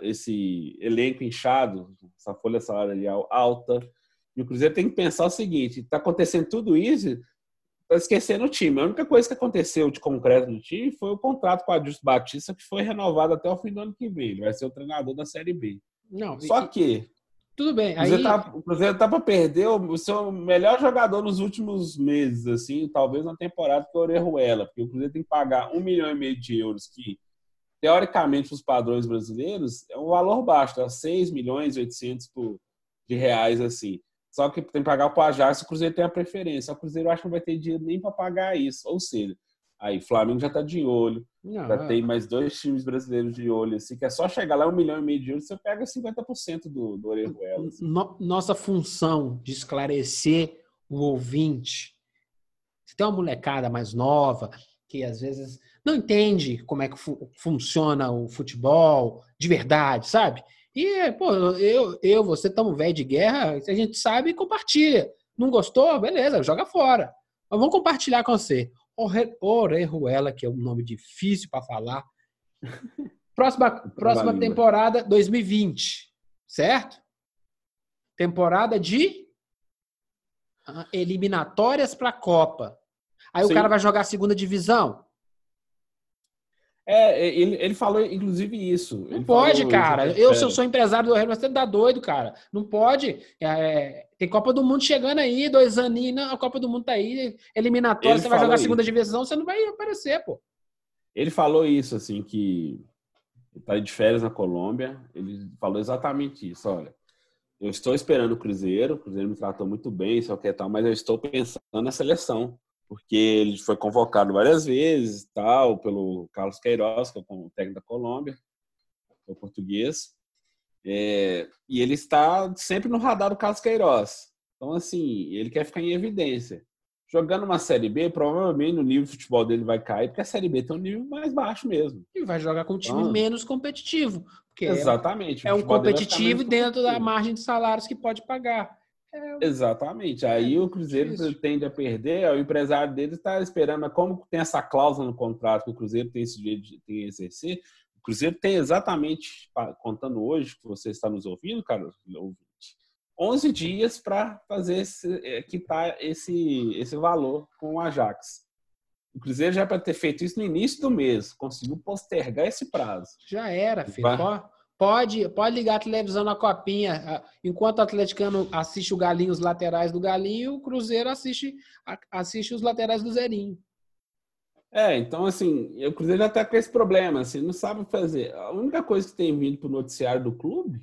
Speaker 2: esse elenco inchado, essa folha salarial alta. E o Cruzeiro tem que pensar o seguinte: está acontecendo tudo isso, está esquecendo o time. A única coisa que aconteceu de concreto no time foi o contrato com o Adilson Batista, que foi renovado até o fim do ano que vem. Ele vai ser o treinador da Série B.
Speaker 1: Não,
Speaker 2: Só que
Speaker 1: tudo bem.
Speaker 2: O Cruzeiro tá para perder o seu melhor jogador nos últimos meses, assim, talvez na temporada, que é o Orejuela, porque o Cruzeiro tem que pagar 1,5 milhão de euros, que, teoricamente, para os padrões brasileiros, é um valor baixo, tá? 6 milhões e 800 de reais, assim. Só que tem que pagar para o Ajax, o Cruzeiro tem a preferência. O Cruzeiro, eu acho que não vai ter dinheiro nem para pagar isso. Ou seja, aí o Flamengo já está de olho, já tem mais 2 times brasileiros de olho, assim, que é só chegar lá 1,5 milhão de euros, você pega 50% do Orejuela. Assim.
Speaker 1: Nossa função de esclarecer o ouvinte. Se tem uma molecada mais nova, que às vezes não entende como é que funciona o futebol de verdade, sabe? E, pô, você estamos velho de guerra, a gente sabe e compartilha. Não gostou? Beleza, joga fora. Mas vamos compartilhar com você. Orejuela, que é um nome difícil para falar. Próxima temporada, 2020. Certo? Temporada de eliminatórias para a Copa. Aí Sim. O cara vai jogar a segunda divisão?
Speaker 2: Ele falou, inclusive, isso.
Speaker 1: Não pode, cara. Se eu sou empresário do Rio, você tá doido, cara. Não pode. Tem Copa do Mundo chegando aí, 2 aninhos. Não, a Copa do Mundo tá aí, eliminatória, você vai jogar a segunda divisão, você não vai aparecer, pô.
Speaker 2: Ele falou isso, assim, que ele tá de férias na Colômbia. Ele falou exatamente isso. Olha, eu estou esperando o Cruzeiro me tratou muito bem, só que tal, mas eu estou pensando na seleção. Porque ele foi convocado várias vezes, tal, pelo Carlos Queiroz, que é o técnico da Colômbia, que é o português, e ele está sempre no radar do Carlos Queiroz. Então, assim, ele quer ficar em evidência. Jogando uma Série B, provavelmente o nível de futebol dele vai cair, porque a Série B tem um nível mais baixo mesmo.
Speaker 1: E vai jogar com um time menos competitivo. Porque
Speaker 2: exatamente.
Speaker 1: É um competitivo dentro da margem de salários que pode pagar.
Speaker 2: Exatamente. Aí o Cruzeiro tende a perder, o empresário dele está esperando, mas como tem essa cláusula no contrato que o Cruzeiro tem esse direito de exercer, o Cruzeiro tem exatamente, contando hoje, que você está nos ouvindo, cara, 11 dias para fazer quitar esse valor com o Ajax. O Cruzeiro já para ter feito isso no início do mês, conseguiu postergar esse prazo.
Speaker 1: Já era, filho. Pode ligar a televisão na copinha. Enquanto o atleticano assiste o Galinho, os laterais do Galinho, o Cruzeiro assiste os laterais do Zerinho.
Speaker 2: Então, assim, o Cruzeiro já está com esse problema, assim, não sabe fazer. A única coisa que tem vindo para o noticiário do clube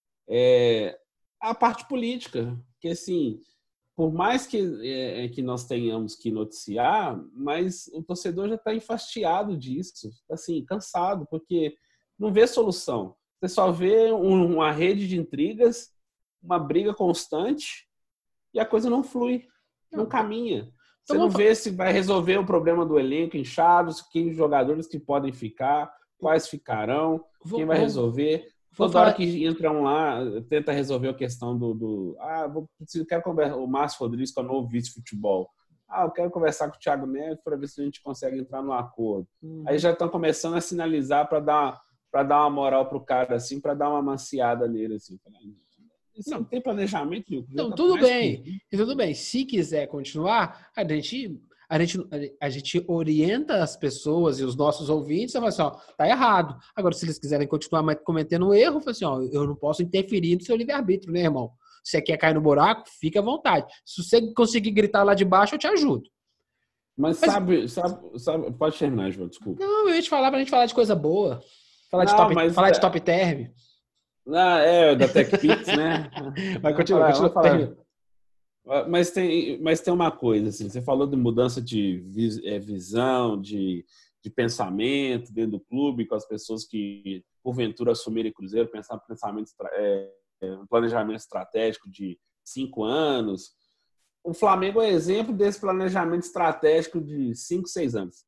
Speaker 2: é a parte política. Que, assim, por mais que nós tenhamos que noticiar, mas o torcedor já está enfastiado disso, assim, cansado, porque não vê solução. Você só vê uma rede de intrigas, uma briga constante e a coisa não flui, não caminha. Você não vê se vai resolver o problema do elenco inchado, que jogadores que podem ficar, quais ficarão, quem vai resolver.
Speaker 1: Vou
Speaker 2: Toda hora que entram lá, tenta resolver a questão quero conversar, o Márcio Rodrigues, que é o novo vice-futebol. Eu quero conversar com o Thiago Neves para ver se a gente consegue entrar no acordo. Aí já estão começando a sinalizar para dar uma moral pro cara, assim, para dar uma maciada nele, assim. Isso não tem planejamento nenhum.
Speaker 1: Então, tudo bem. Se quiser continuar, a gente orienta as pessoas e os nossos ouvintes a falar assim, ó, tá errado. Agora, se eles quiserem continuar cometendo um erro, fala assim, ó, eu não posso interferir no seu livre-arbítrio, né, irmão? Se você quer cair no buraco, fica à vontade. Se você conseguir gritar lá de baixo, eu te ajudo.
Speaker 2: Mas sabe, pode terminar, João, desculpa.
Speaker 1: Não, eu ia te falar pra gente falar de coisa boa. Falar de top term.
Speaker 2: Da TechPix, né?
Speaker 1: Mas continua.
Speaker 2: Mas tem uma coisa, assim, você falou de mudança de visão, de pensamento dentro do clube, com as pessoas que, porventura, assumirem Cruzeiro, pensar um planejamento estratégico de 5 anos. O Flamengo é exemplo desse planejamento estratégico de 5, 6 anos.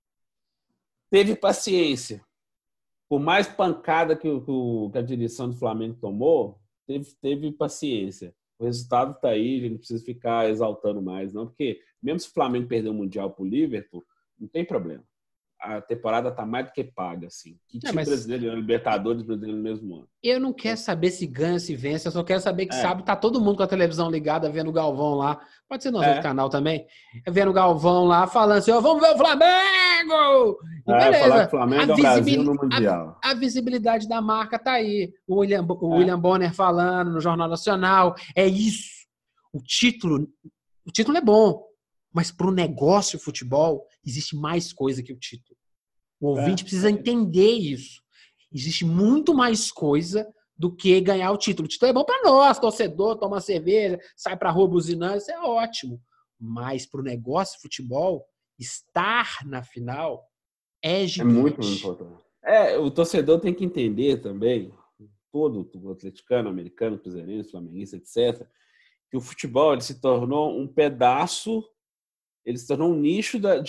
Speaker 2: Teve paciência. Por mais pancada que a direção do Flamengo tomou, teve paciência. O resultado está aí, a gente não precisa ficar exaltando mais, não, porque mesmo se o Flamengo perder o Mundial para o Liverpool, não tem problema. A temporada está mais do que paga, assim. Que time brasileiro, Libertadores brasileiro no mesmo ano.
Speaker 1: Eu não quero saber se ganha, se vence, eu só quero saber que sábado tá todo mundo com a televisão ligada, vendo o Galvão lá. Pode ser no outro canal também. Vendo o Galvão lá, falando assim, vamos ver o Flamengo! E beleza.
Speaker 2: Falar que o Flamengo é o Brasil no Mundial.
Speaker 1: A visibilidade da marca tá aí. O William Bonner falando no Jornal Nacional. É isso. O título é bom. Mas para o negócio futebol, existe mais coisa que o título. O ouvinte precisa entender isso. Existe muito mais coisa do que ganhar o título. O título é bom para nós, torcedor, toma cerveja, sai para a rua buzinando, isso é ótimo. Mas para o negócio futebol, estar na final é gigante.
Speaker 2: É muito importante. O torcedor tem que entender também, todo o atleticano, americano, cruzeirense, flamenguista, etc., que o futebol ele se tornou um pedaço. Ele se tornou um nicho da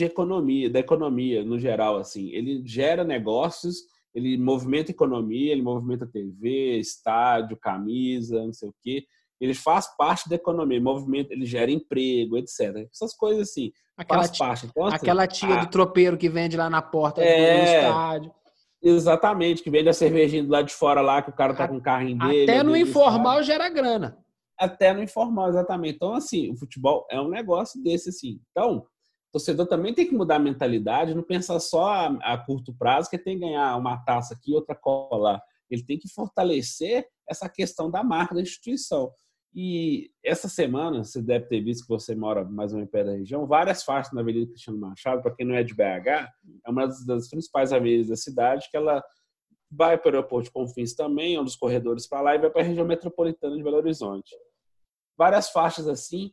Speaker 2: economia no geral, assim. Ele gera negócios, ele movimenta economia, ele movimenta TV, estádio, camisa, não sei o quê. Ele faz parte da economia, ele gera emprego, etc. Essas coisas assim, faz parte. Então, assim,
Speaker 1: aquela tia do tropeiro que vende lá na porta do estádio.
Speaker 2: Exatamente, que vende a cervejinha do lado de fora lá, que o cara tá com o carrinho dele.
Speaker 1: Até no informal gera grana.
Speaker 2: Até no informal, exatamente. Então, assim, o futebol é um negócio desse, assim. Então, o torcedor também tem que mudar a mentalidade, não pensar só a curto prazo, que tem que ganhar uma taça aqui, outra cola. Ele tem que fortalecer essa questão da marca da instituição. E essa semana, você deve ter visto que você mora mais ou menos perto da região, várias faixas na Avenida Cristiano Machado, para quem não é de BH, é uma das principais avenidas da cidade, que ela vai para o aeroporto de Confins também, é um dos corredores para lá, e vai para a região metropolitana de Belo Horizonte. Várias faixas assim,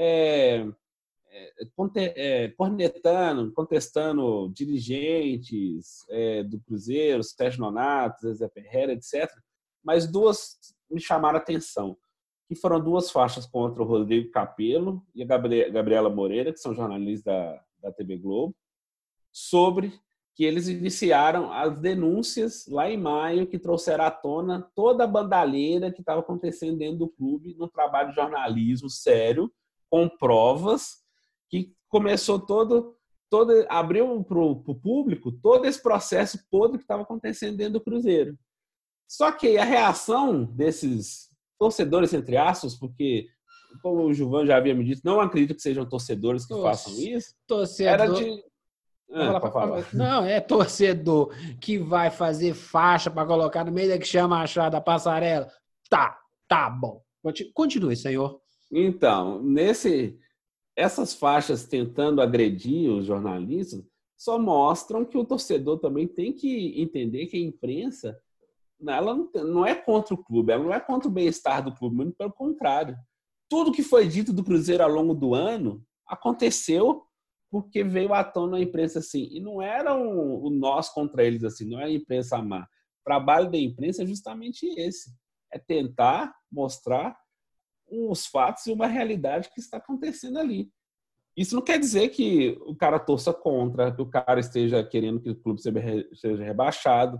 Speaker 2: contestando dirigentes do Cruzeiro, Sérgio Nonato, Zé Ferreira, etc. Mas duas me chamaram a atenção, que foram duas faixas contra o Rodrigo Capello e a Gabriela Moreira, que são jornalistas da TV Globo, sobre que eles iniciaram as denúncias lá em maio, que trouxeram à tona toda a bandalheira que estava acontecendo dentro do clube, num trabalho de jornalismo sério, com provas, que começou abriu para o público todo esse processo podre que estava acontecendo dentro do Cruzeiro. Só que a reação desses torcedores, entre aspas, porque, como o Gilvan já havia me dito, não acredito que sejam torcedores que façam isso, era de...
Speaker 1: Não, é torcedor que vai fazer faixa para colocar no meio da que chama achar da passarela. Tá bom. Continue, senhor.
Speaker 2: Então, essas faixas tentando agredir os jornalistas só mostram que o torcedor também tem que entender que a imprensa ela não é contra o clube, ela não é contra o bem-estar do clube, muito pelo contrário. Tudo que foi dito do Cruzeiro ao longo do ano aconteceu porque veio à tona a imprensa assim. E não era o nós contra eles, assim, não é a imprensa má. O trabalho da imprensa é justamente esse. É tentar mostrar os fatos e uma realidade que está acontecendo ali. Isso não quer dizer que o cara torça contra, que o cara esteja querendo que o clube seja rebaixado.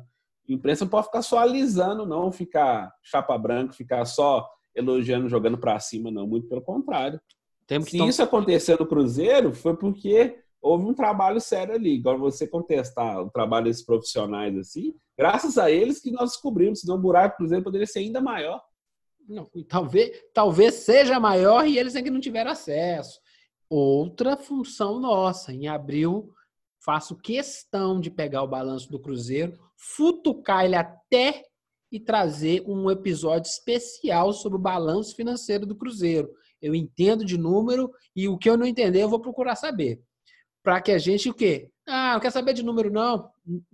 Speaker 2: A imprensa não pode ficar só alisando, não, ficar chapa branca, ficar só elogiando, jogando para cima, não. Muito pelo contrário. Se isso aconteceu no Cruzeiro, foi porque houve um trabalho sério ali. Agora, você contestar o trabalho desses profissionais assim, graças a eles que nós descobrimos, senão o buraco do Cruzeiro poderia ser ainda maior.
Speaker 1: Não, talvez seja maior e eles ainda não tiveram acesso. Outra função nossa, em abril, faço questão de pegar o balanço do Cruzeiro, futucar ele até e trazer um episódio especial sobre o balanço financeiro do Cruzeiro. Eu entendo de número e o que eu não entender eu vou procurar saber. Para que a gente o quê? Não quer saber de número não.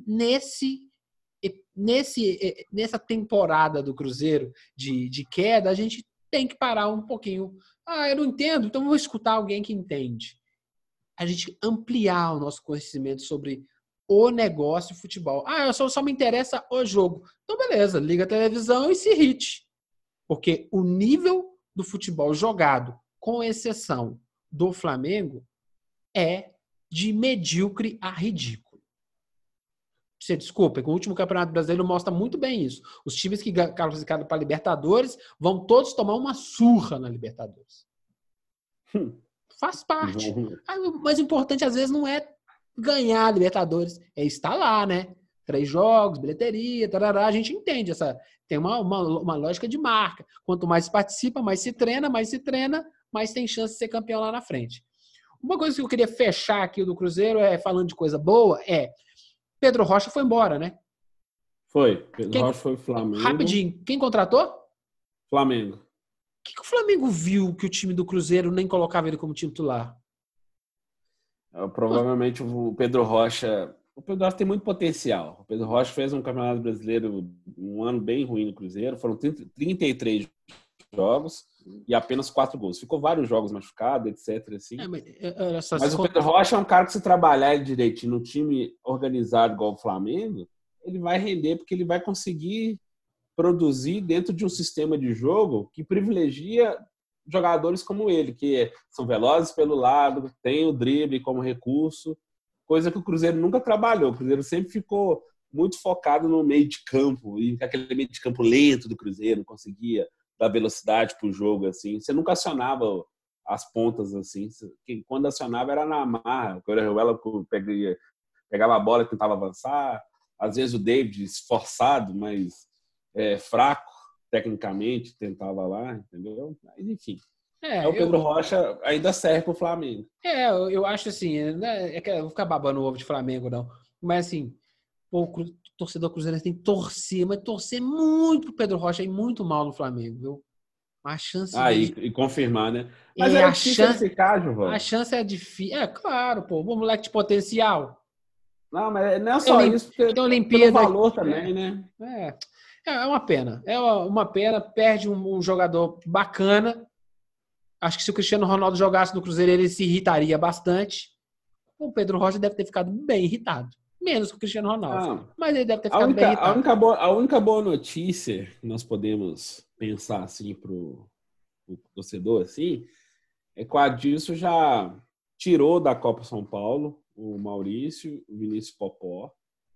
Speaker 1: Nessa temporada do Cruzeiro de queda, a gente tem que parar um pouquinho. Eu não entendo, então vou escutar alguém que entende. A gente ampliar o nosso conhecimento sobre o negócio de futebol. Só me interessa o jogo. Então, beleza, liga a televisão e se irrite. Porque o nível do futebol jogado, com exceção do Flamengo, é de medíocre a ridículo. Você desculpa, que o último Campeonato Brasileiro mostra muito bem isso. Os times que classificaram para a Libertadores vão todos tomar uma surra na Libertadores. Faz parte. O mais importante, às vezes, não é ganhar a Libertadores, é estar lá, né? 3 jogos, bilheteria, tarará, a gente entende tem uma lógica de marca. Quanto mais se participa, mais se treina, mais tem chance de ser campeão lá na frente. Uma coisa que eu queria fechar aqui do Cruzeiro, falando de coisa boa, Pedro Rocha foi embora, né?
Speaker 2: Foi. Pedro Rocha foi o Flamengo.
Speaker 1: Rapidinho, quem contratou?
Speaker 2: Flamengo.
Speaker 1: O que o Flamengo viu que o time do Cruzeiro nem colocava ele como titular?
Speaker 2: Provavelmente o Pedro Rocha... O Pedro Rocha tem muito potencial. O Pedro Rocha fez um Campeonato Brasileiro, um ano bem ruim no Cruzeiro. Foram 33 jogos e apenas 4 gols. Ficou vários jogos machucados, etc. Assim. Mas o Pedro Rocha é um cara que, se trabalhar ele direitinho no time organizado igual o Flamengo, ele vai render, porque ele vai conseguir produzir dentro de um sistema de jogo que privilegia jogadores como ele, que são velozes pelo lado, tem o drible como recurso, coisa que o Cruzeiro nunca trabalhou. O Cruzeiro sempre ficou muito focado no meio de campo, e aquele meio de campo lento do Cruzeiro, não conseguia dar velocidade para o jogo, assim. Você nunca acionava as pontas, assim. Quando acionava era na marra. O Orejuela pegava a bola e tentava avançar. Às vezes o David, esforçado, mas fraco tecnicamente, tentava lá, entendeu? Mas, enfim. O Pedro Rocha ainda serve para o Flamengo.
Speaker 1: Eu acho assim, né, eu vou ficar babando o ovo de Flamengo, não. Mas assim, o torcedor cruzeirense tem que torcer, mas torcer muito pro Pedro Rocha ir muito mal no Flamengo, viu? A chance
Speaker 2: e confirmar, né? Mas é difícil ficar, João.
Speaker 1: A chance é difícil. Claro, pô, um moleque de potencial.
Speaker 2: Não, mas não é só isso, porque
Speaker 1: tem Olimpíada,
Speaker 2: pelo valor também, né?
Speaker 1: É uma pena. É uma pena, perde um jogador bacana. Acho que se o Cristiano Ronaldo jogasse no Cruzeiro, ele se irritaria bastante. O Pedro Rocha deve ter ficado bem irritado. Menos que o Cristiano Ronaldo. Mas ele deve ter ficado bem irritado.
Speaker 2: A única boa notícia que nós podemos pensar assim para o torcedor assim, é que o Adilson já tirou da Copa São Paulo o Maurício, o Vinícius Popó,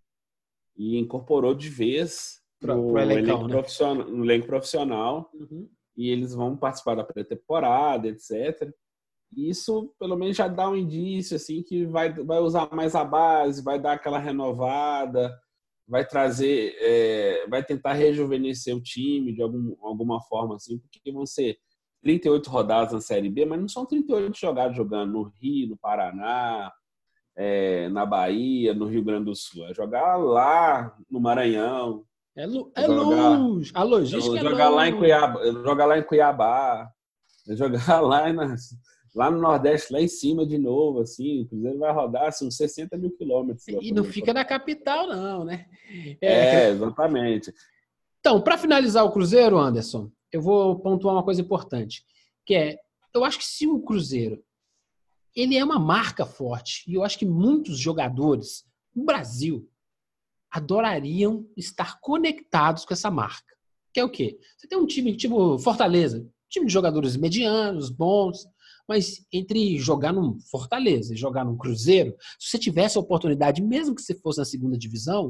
Speaker 2: e incorporou de vez no elenco profissional.
Speaker 1: Uhum.
Speaker 2: E eles vão participar da pré-temporada, etc. E isso, pelo menos, já dá um indício assim, que vai usar mais a base, vai dar aquela renovada, vai trazer, vai tentar rejuvenescer o time de alguma forma, assim, porque vão ser 38 rodadas na Série B, mas não são 38 jogadores jogando no Rio, no Paraná, na Bahia, no Rio Grande do Sul. É jogar lá no Maranhão.
Speaker 1: Longe. A logística
Speaker 2: jogar lá em Cuiabá, jogar lá no Nordeste, lá em cima de novo, assim. O Cruzeiro vai rodar assim, uns 60 mil quilômetros.
Speaker 1: E não fica na capital, não, né?
Speaker 2: Exatamente.
Speaker 1: Então, para finalizar o Cruzeiro, Anderson, eu vou pontuar uma coisa importante, que eu acho que se o Cruzeiro ele é uma marca forte, e eu acho que muitos jogadores no Brasil adorariam estar conectados com essa marca. Que é o quê? Você tem um time tipo Fortaleza, time de jogadores medianos, bons, mas entre jogar num Fortaleza e jogar num Cruzeiro, se você tivesse a oportunidade, mesmo que você fosse na segunda divisão,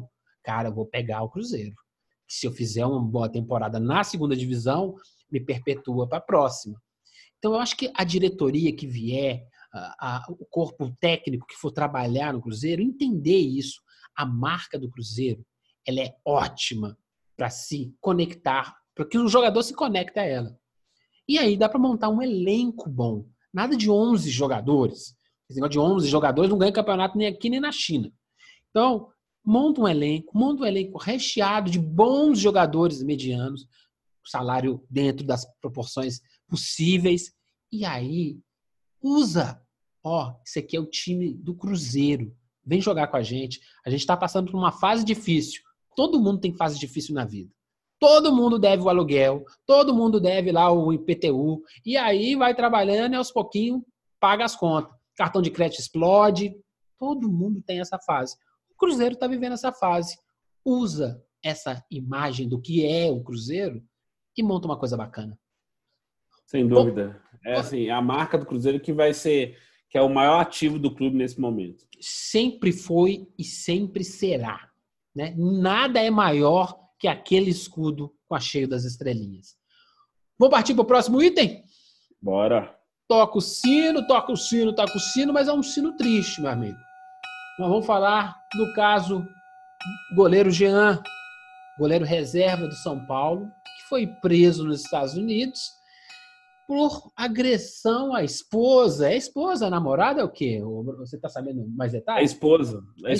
Speaker 1: cara, eu vou pegar o Cruzeiro. Se eu fizer uma boa temporada na segunda divisão, me perpetua para a próxima. Então, eu acho que a diretoria que vier, o corpo técnico que for trabalhar no Cruzeiro, entender isso. A marca do Cruzeiro, ela é ótima para se conectar, para que o jogador se conecte a ela. E aí dá para montar um elenco bom. Nada de 11 jogadores. Esse negócio de 11 jogadores não ganha campeonato nem aqui nem na China. Então, monta um elenco recheado de bons jogadores medianos, salário dentro das proporções possíveis. E aí, usa. Esse aqui é o time do Cruzeiro. Vem jogar com a gente. A gente está passando por uma fase difícil. Todo mundo tem fase difícil na vida. Todo mundo deve o aluguel, todo mundo deve lá o IPTU, e aí vai trabalhando e aos pouquinhos paga as contas. Cartão de crédito explode, todo mundo tem essa fase. O Cruzeiro está vivendo essa fase. Usa essa imagem do que é o Cruzeiro e monta uma coisa bacana.
Speaker 2: Sem dúvida. É assim, a marca do Cruzeiro que é o maior ativo do clube nesse momento.
Speaker 1: Sempre foi e sempre será, né? Nada é maior que aquele escudo com a cheio das estrelinhas. Vamos partir para o próximo item?
Speaker 2: Bora.
Speaker 1: Toca o sino, mas é um sino triste, meu amigo. Nós vamos falar do caso goleiro Jean, goleiro reserva do São Paulo, que foi preso nos Estados Unidos por agressão à esposa. É esposa, namorada é o quê? Você está sabendo mais detalhes?
Speaker 2: É esposa.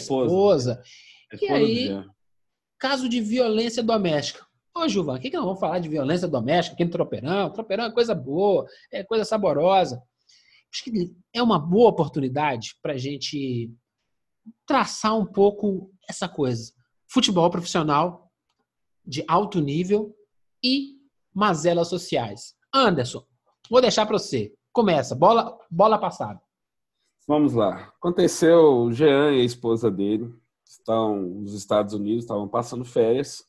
Speaker 1: E aí, caso de violência doméstica. Gilvan, o que nós vamos falar de violência doméstica aqui no Tropeirão? Tropeirão é coisa boa, é coisa saborosa. Acho que é uma boa oportunidade para a gente traçar um pouco essa coisa. Futebol profissional de alto nível e mazelas sociais. Anderson, vou deixar para você. Começa, bola passada.
Speaker 2: Vamos lá. Aconteceu, o Jean e a esposa dele estão nos Estados Unidos, estavam passando férias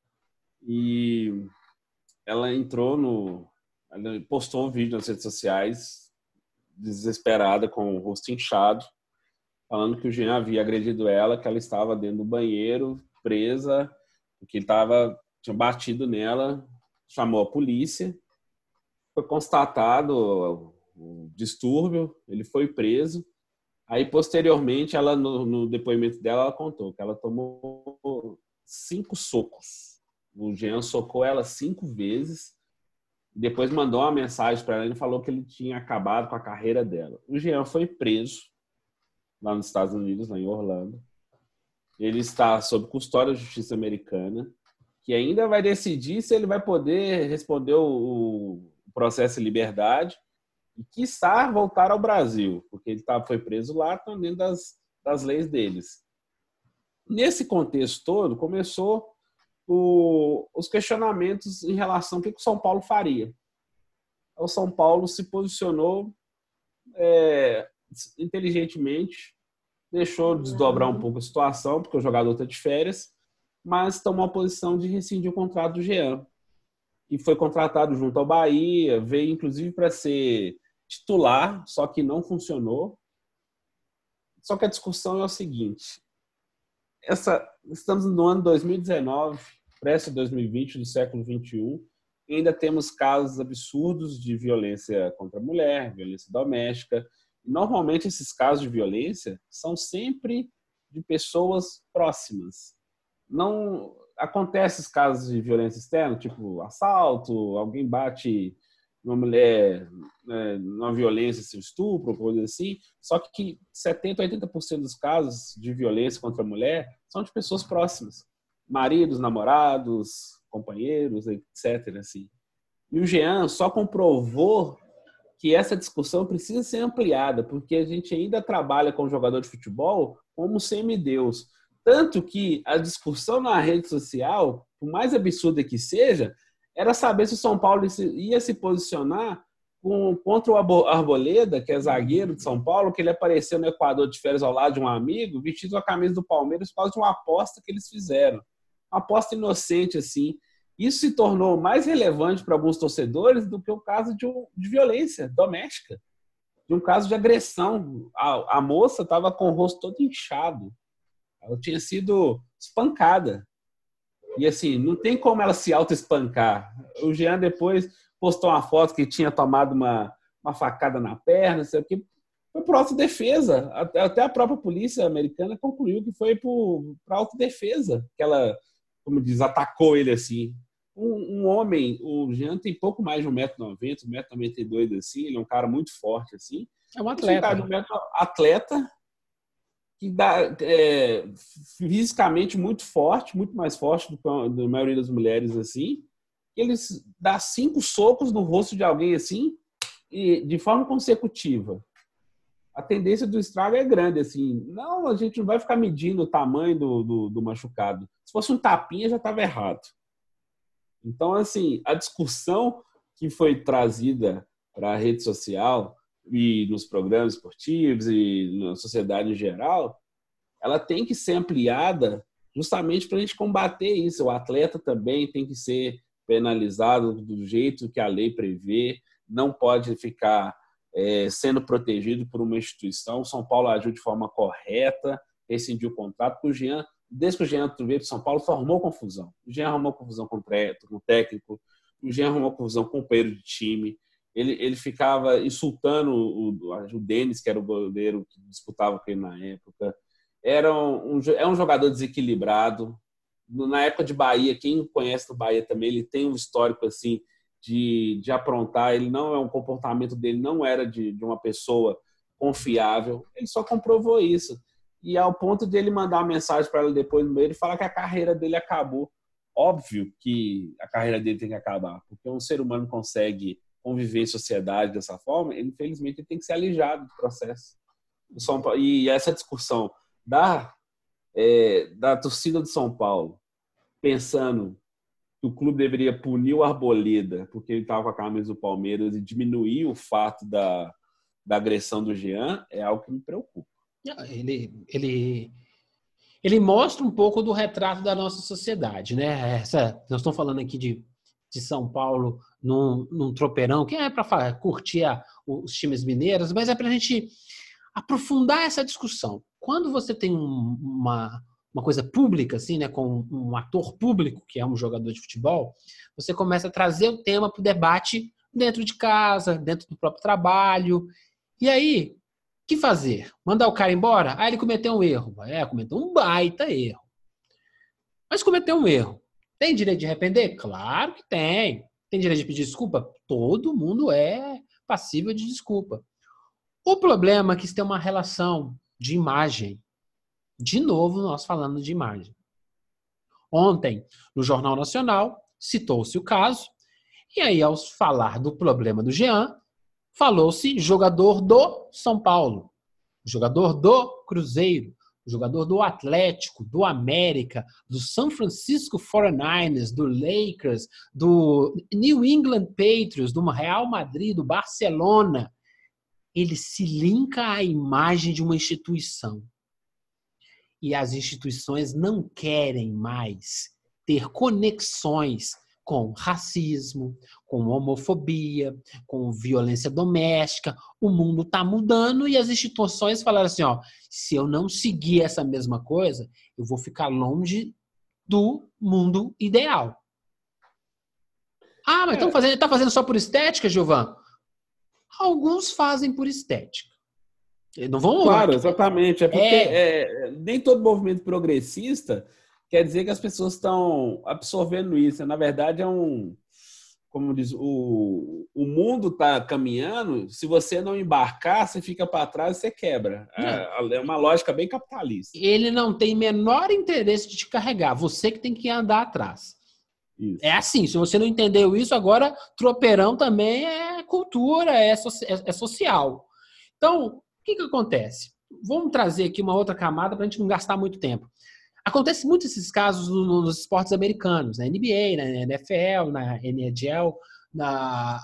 Speaker 2: e ela postou um vídeo nas redes sociais desesperada, com o rosto inchado, falando que o Jean havia agredido ela, que ela estava dentro do banheiro, presa, que ele tinha batido nela, chamou a polícia, foi constatado o distúrbio, ele foi preso. Aí, posteriormente, ela no depoimento dela, ela contou que ela tomou 5 socos. O Jean socou ela 5 vezes. Depois mandou uma mensagem para ela e falou que ele tinha acabado com a carreira dela. O Jean foi preso lá nos Estados Unidos, lá em Orlando. Ele está sob custódia da justiça americana, que ainda vai decidir se ele vai poder responder o processo de liberdade e, quiçá, voltar ao Brasil, porque ele foi preso lá, estão dentro das leis deles. Nesse contexto todo, começou os questionamentos em relação ao que o São Paulo faria. O São Paulo se posicionou inteligentemente, deixou desdobrar um pouco a situação, porque o jogador está de férias, mas tomou a posição de rescindir o contrato do Jean, que foi contratado junto ao Bahia, veio inclusive para ser titular, só que não funcionou. Só que a discussão é o seguinte: estamos no ano 2019, prestes a 2020, do século XXI, e ainda temos casos absurdos de violência contra a mulher, violência doméstica. Normalmente esses casos de violência são sempre de pessoas próximas. Não acontecem esses casos de violência externa, tipo assalto, alguém bate uma mulher, numa violência, assim, estupro, coisa assim, só que 70% a 80% dos casos de violência contra a mulher são de pessoas próximas. Maridos, namorados, companheiros, etc. Assim. E o Jean só comprovou que essa discussão precisa ser ampliada, porque a gente ainda trabalha com jogador de futebol como semideus. Tanto que a discussão na rede social, por mais absurda que seja, era saber se o São Paulo ia se posicionar contra o Arboleda, que é zagueiro de São Paulo, que ele apareceu no Equador de férias ao lado de um amigo, vestido com a camisa do Palmeiras por causa de uma aposta que eles fizeram. Uma aposta inocente, assim. Isso se tornou mais relevante para alguns torcedores do que o caso de violência doméstica, de um caso de agressão. A moça estava com o rosto todo inchado. Ela tinha sido espancada. E assim, não tem como ela se auto-espancar. O Jean depois postou uma foto que tinha tomado uma facada na perna, sei o que. Foi por autodefesa. Até a própria polícia americana concluiu que foi por autodefesa que ela, como diz, atacou ele assim. Um homem, o Jean tem pouco mais de 1,90 m, 1,92 m, assim, ele é um cara muito forte, assim.
Speaker 1: É um atleta.
Speaker 2: Atleta que dá fisicamente muito forte, muito mais forte do que a maioria das mulheres, assim. Eles dão 5 socos no rosto de alguém, assim, e de forma consecutiva. A tendência do estrago é grande, assim. Não, a gente não vai ficar medindo o tamanho do machucado. Se fosse um tapinha, já estava errado. Então, assim, a discussão que foi trazida para a rede social e nos programas esportivos e na sociedade em geral, ela tem que ser ampliada justamente para a gente combater isso. O atleta também tem que ser penalizado do jeito que a lei prevê, não pode ficar sendo protegido por uma instituição. O São Paulo agiu de forma correta, rescindiu o contrato, porque o Jean, desde que o Jean veio para São Paulo, só arrumou confusão. O Jean arrumou confusão com o técnico, o Jean arrumou confusão com o companheiro de time, ele ficava insultando o Denis, que era o goleiro que disputava com ele na época. É um jogador desequilibrado. Na época de Bahia, quem conhece o Bahia também, ele tem um histórico assim de aprontar. Ele não é um comportamento dele, não era de uma pessoa confiável. Ele só comprovou isso. E ao ponto de ele mandar uma mensagem para ela depois no meio e falar que a carreira dele acabou. Óbvio que a carreira dele tem que acabar, porque um ser humano consegue conviver em sociedade dessa forma, ele, infelizmente, ele tem que ser alijado do processo. E essa discussão da torcida de São Paulo, pensando que o clube deveria punir o Arboleda porque ele estava com a camisa do Palmeiras e diminuir o fato da agressão do Jean, é algo que me preocupa.
Speaker 1: Ele mostra um pouco do retrato da nossa sociedade, né? Nós estamos falando aqui de São Paulo num tropeirão, que é para curtir os times mineiros, mas é para a gente aprofundar essa discussão. Quando você tem uma coisa pública, assim, né, com um ator público, que é um jogador de futebol, você começa a trazer o tema para o debate dentro de casa, dentro do próprio trabalho. E aí, o que fazer? Mandar o cara embora? Ele cometeu um erro. Cometeu um baita erro. Mas cometeu um erro. Tem direito de arrepender? Claro que tem. Tem direito de pedir desculpa? Todo mundo é passível de desculpa. O problema é que isso tem uma relação de imagem. De novo, nós falando de imagem. Ontem, no Jornal Nacional, citou-se o caso, e aí, ao falar do problema do Jean, falou-se jogador do São Paulo, jogador do Cruzeiro, jogador do Atlético, do América, do San Francisco 49ers, do Lakers, do New England Patriots, do Real Madrid, do Barcelona. Ele se linka à imagem de uma instituição. E as instituições não querem mais ter conexões com racismo, com homofobia, com violência doméstica. O mundo está mudando e as instituições falaram assim, se eu não seguir essa mesma coisa, eu vou ficar longe do mundo ideal. Mas tá fazendo só por estética, Gilvan? Alguns fazem por estética. Não vão...
Speaker 2: Claro, exatamente. É porque nem todo movimento progressista quer dizer que as pessoas estão absorvendo isso. Na verdade, como diz, o mundo está caminhando, se você não embarcar, você fica para trás e você quebra. É uma lógica bem capitalista.
Speaker 1: Ele não tem menor interesse de te carregar, você que tem que andar atrás. Isso. É assim, se você não entendeu isso, agora tropeirão também é cultura, é social. Então, o que acontece? Vamos trazer aqui uma outra camada para a gente não gastar muito tempo. Acontece muito esses casos nos esportes americanos, na NBA, na NFL, na NHL, na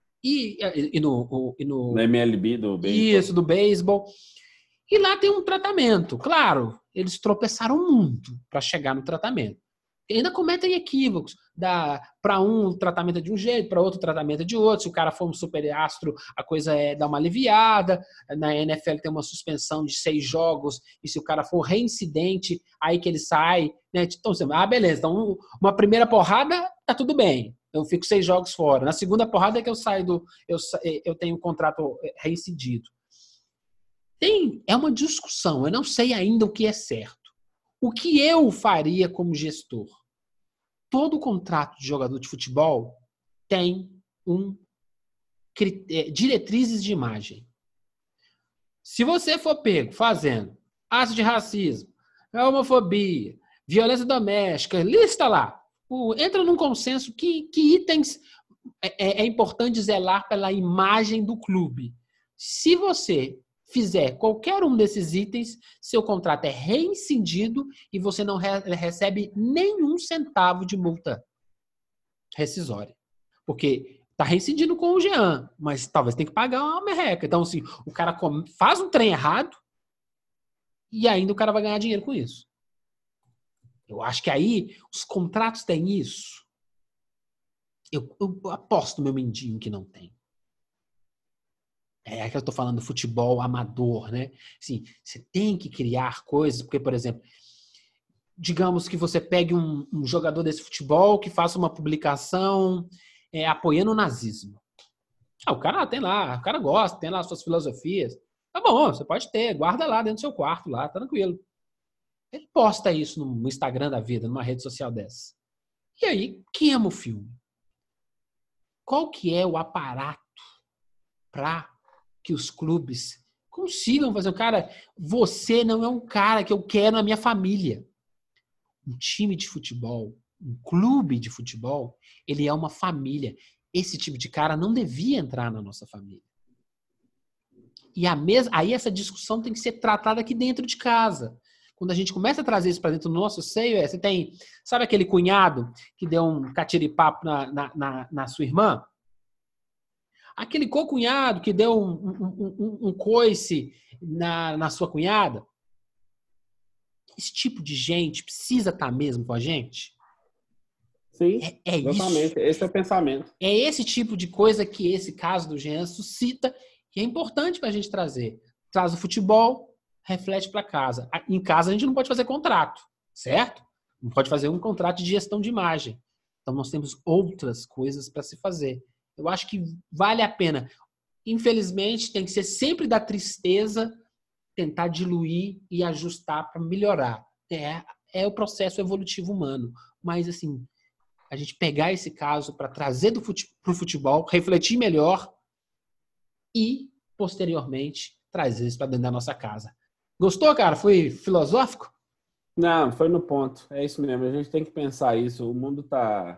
Speaker 2: MLB do beisebol.
Speaker 1: Isso, do beisebol. E lá tem um tratamento. Claro, eles tropeçaram muito para chegar no tratamento. ainda cometem equívocos. Para um, o tratamento é de um jeito, para outro, o tratamento é de outro. Se o cara for um super astro, a coisa dá uma aliviada. Na NFL tem uma suspensão de 6 jogos, e se o cara for reincidente, aí que ele sai. Né? Então, beleza. Então, uma primeira porrada, tá tudo bem. Eu fico 6 jogos fora. Na segunda porrada é que eu saio eu tenho um contrato reincidido. É uma discussão. Eu não sei ainda o que é certo. O que eu faria como gestor? Todo contrato de jogador de futebol tem diretrizes de imagem. Se você for pego fazendo atos de racismo, homofobia, violência doméstica, lista lá. Entra num consenso que itens é importante zelar pela imagem do clube. Se você fizer qualquer um desses itens, seu contrato é reincindido e você não recebe nenhum centavo de multa rescisória. Porque tá reincidindo com o Jean, mas talvez tenha que pagar uma merreca. Então, assim, o cara faz um trem errado e ainda o cara vai ganhar dinheiro com isso. Eu acho que aí os contratos têm isso. Eu aposto no meu mendinho que não tem. É que eu estou falando do futebol amador, né? Assim, você tem que criar coisas, porque, por exemplo, digamos que você pegue um jogador desse futebol que faça uma publicação apoiando o nazismo. O cara tem lá, o cara gosta, tem lá as suas filosofias. Tá bom, você pode ter, guarda lá dentro do seu quarto, lá, tá tranquilo. Ele posta isso no Instagram da vida, numa rede social dessa. E aí, queima o filme. Qual que é o aparato para que os clubes consigam fazer? Cara, você não é um cara que eu quero na minha família. Um time de futebol, um clube de futebol, ele é uma família. Esse tipo de cara não devia entrar na nossa família. E aí essa discussão tem que ser tratada aqui dentro de casa. Quando a gente começa a trazer isso para dentro do nosso seio, você tem, sabe aquele cunhado que deu um catiripapo na sua irmã? Aquele co-cunhado que deu um coice na sua cunhada? Esse tipo de gente precisa estar mesmo com a gente?
Speaker 2: Sim, exatamente. Isso. Esse é o pensamento.
Speaker 1: É esse tipo de coisa que esse caso do Jean suscita, que é importante para a gente trazer. Traz o futebol, reflete para casa. Em casa a gente não pode fazer contrato, certo? Não pode fazer um contrato de gestão de imagem. Então nós temos outras coisas para se fazer. Eu acho que vale a pena. Infelizmente, tem que ser sempre da tristeza tentar diluir e ajustar para melhorar. É o processo evolutivo humano. Mas, assim, a gente pegar esse caso para trazer para o futebol, refletir melhor e, posteriormente, trazer isso para dentro da nossa casa. Gostou, cara? Foi filosófico?
Speaker 2: Não, foi no ponto. É isso mesmo. A gente tem que pensar isso. O mundo está...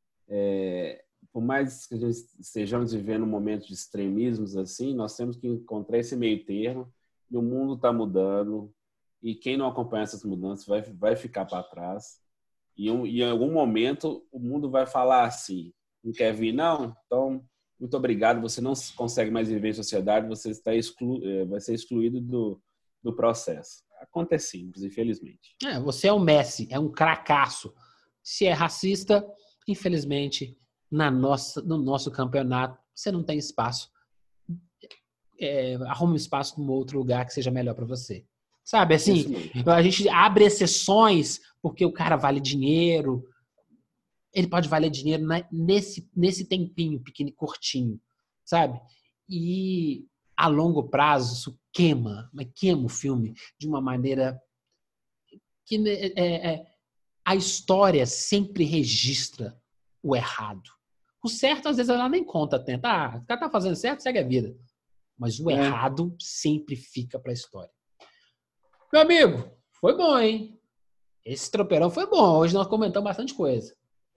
Speaker 2: por mais que a gente estejamos vivendo um momento de extremismos assim, nós temos que encontrar esse meio termo. E o mundo está mudando. E quem não acompanha essas mudanças vai ficar para trás. E em algum momento o mundo vai falar assim: não quer vir, não? Então, muito obrigado. Você não consegue mais viver em sociedade, você vai ser excluído do processo. Acontece simples, infelizmente.
Speaker 1: Você é um Messi, é um cracaço. Se é racista, infelizmente, no nosso campeonato, você não tem espaço. Arrume um espaço num outro lugar que seja melhor para você. Sabe, assim, a gente abre exceções porque o cara vale dinheiro. Ele pode valer dinheiro nesse tempinho pequeno, curtinho, sabe? E a longo prazo isso queima o filme de uma maneira que a história sempre registra o errado. O certo, às vezes, ela nem conta tanto. O cara tá fazendo certo, segue a vida. Mas o errado sempre fica para a história. Meu amigo, foi bom, hein? Esse tropeirão foi bom. Hoje nós comentamos bastante coisa.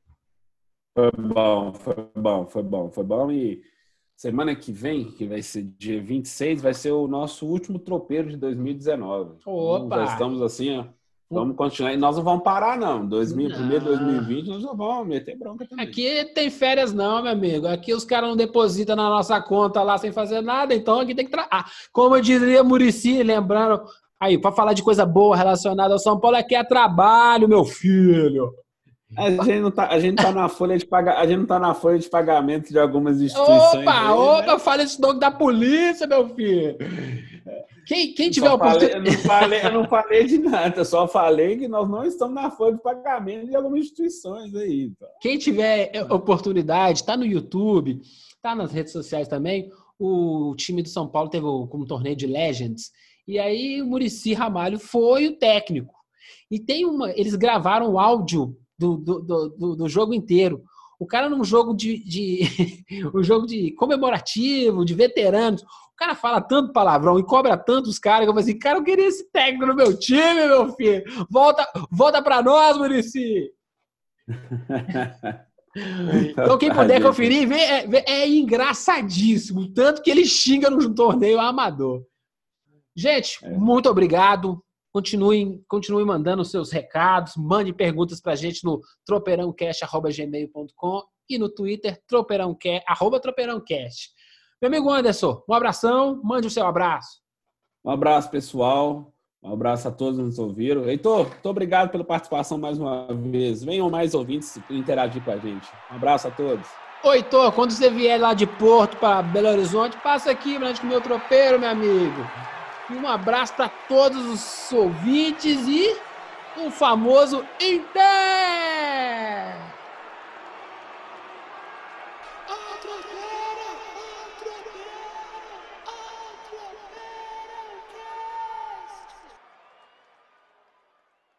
Speaker 2: Foi bom. E semana que vem, que vai ser dia 26, vai ser o nosso último tropeiro de 2019.
Speaker 1: Opa!
Speaker 2: Então, já estamos assim, ó. Vamos continuar. E nós não vamos parar, não. Primeiro 2020, nós já vamos meter bronca também.
Speaker 1: Aqui tem férias não, meu amigo. Aqui os caras não depositam na nossa conta lá sem fazer nada. Então aqui tem que... Como eu diria Muricy, lembrando... Aí, para falar de coisa boa relacionada ao São Paulo, aqui é trabalho, meu filho.
Speaker 2: A gente tá na folha de a gente não tá na folha de pagamento de algumas instituições aí,
Speaker 1: Opa,
Speaker 2: né?
Speaker 1: fala esse nome da polícia, meu filho. Quem tiver oportunidade.
Speaker 2: Eu não falei de nada, eu só falei que nós não estamos na folha de pagamento de algumas instituições aí. Então.
Speaker 1: Quem tiver oportunidade, tá no YouTube, tá nas redes sociais também. O time do São Paulo teve um torneio de Legends. E aí o Muricy Ramalho foi o técnico. E eles gravaram o áudio do jogo inteiro. O cara num jogo um jogo de comemorativo, de veteranos, o cara fala tanto palavrão e cobra tantos caras que eu falei assim, cara, eu queria esse técnico no meu time, meu filho. Volta pra nós, Muricy. Então quem puder conferir, é engraçadíssimo. Tanto que ele xinga no torneio amador. Gente, muito obrigado. Continue mandando seus recados, mande perguntas pra gente no tropeirãocast@gmail.com e no Twitter, @tropeirãocast. Meu amigo Anderson, um abração, mande o seu abraço.
Speaker 2: Um abraço, pessoal. Um abraço a todos que nos ouviram. Heitor, muito obrigado pela participação mais uma vez. Venham mais ouvintes interagir com a gente. Um abraço a todos.
Speaker 1: Oi, Heitor, quando você vier lá de Porto para Belo Horizonte, passa aqui pra gente comer o tropeiro, meu amigo. E um abraço para todos os ouvintes e um famoso Inter!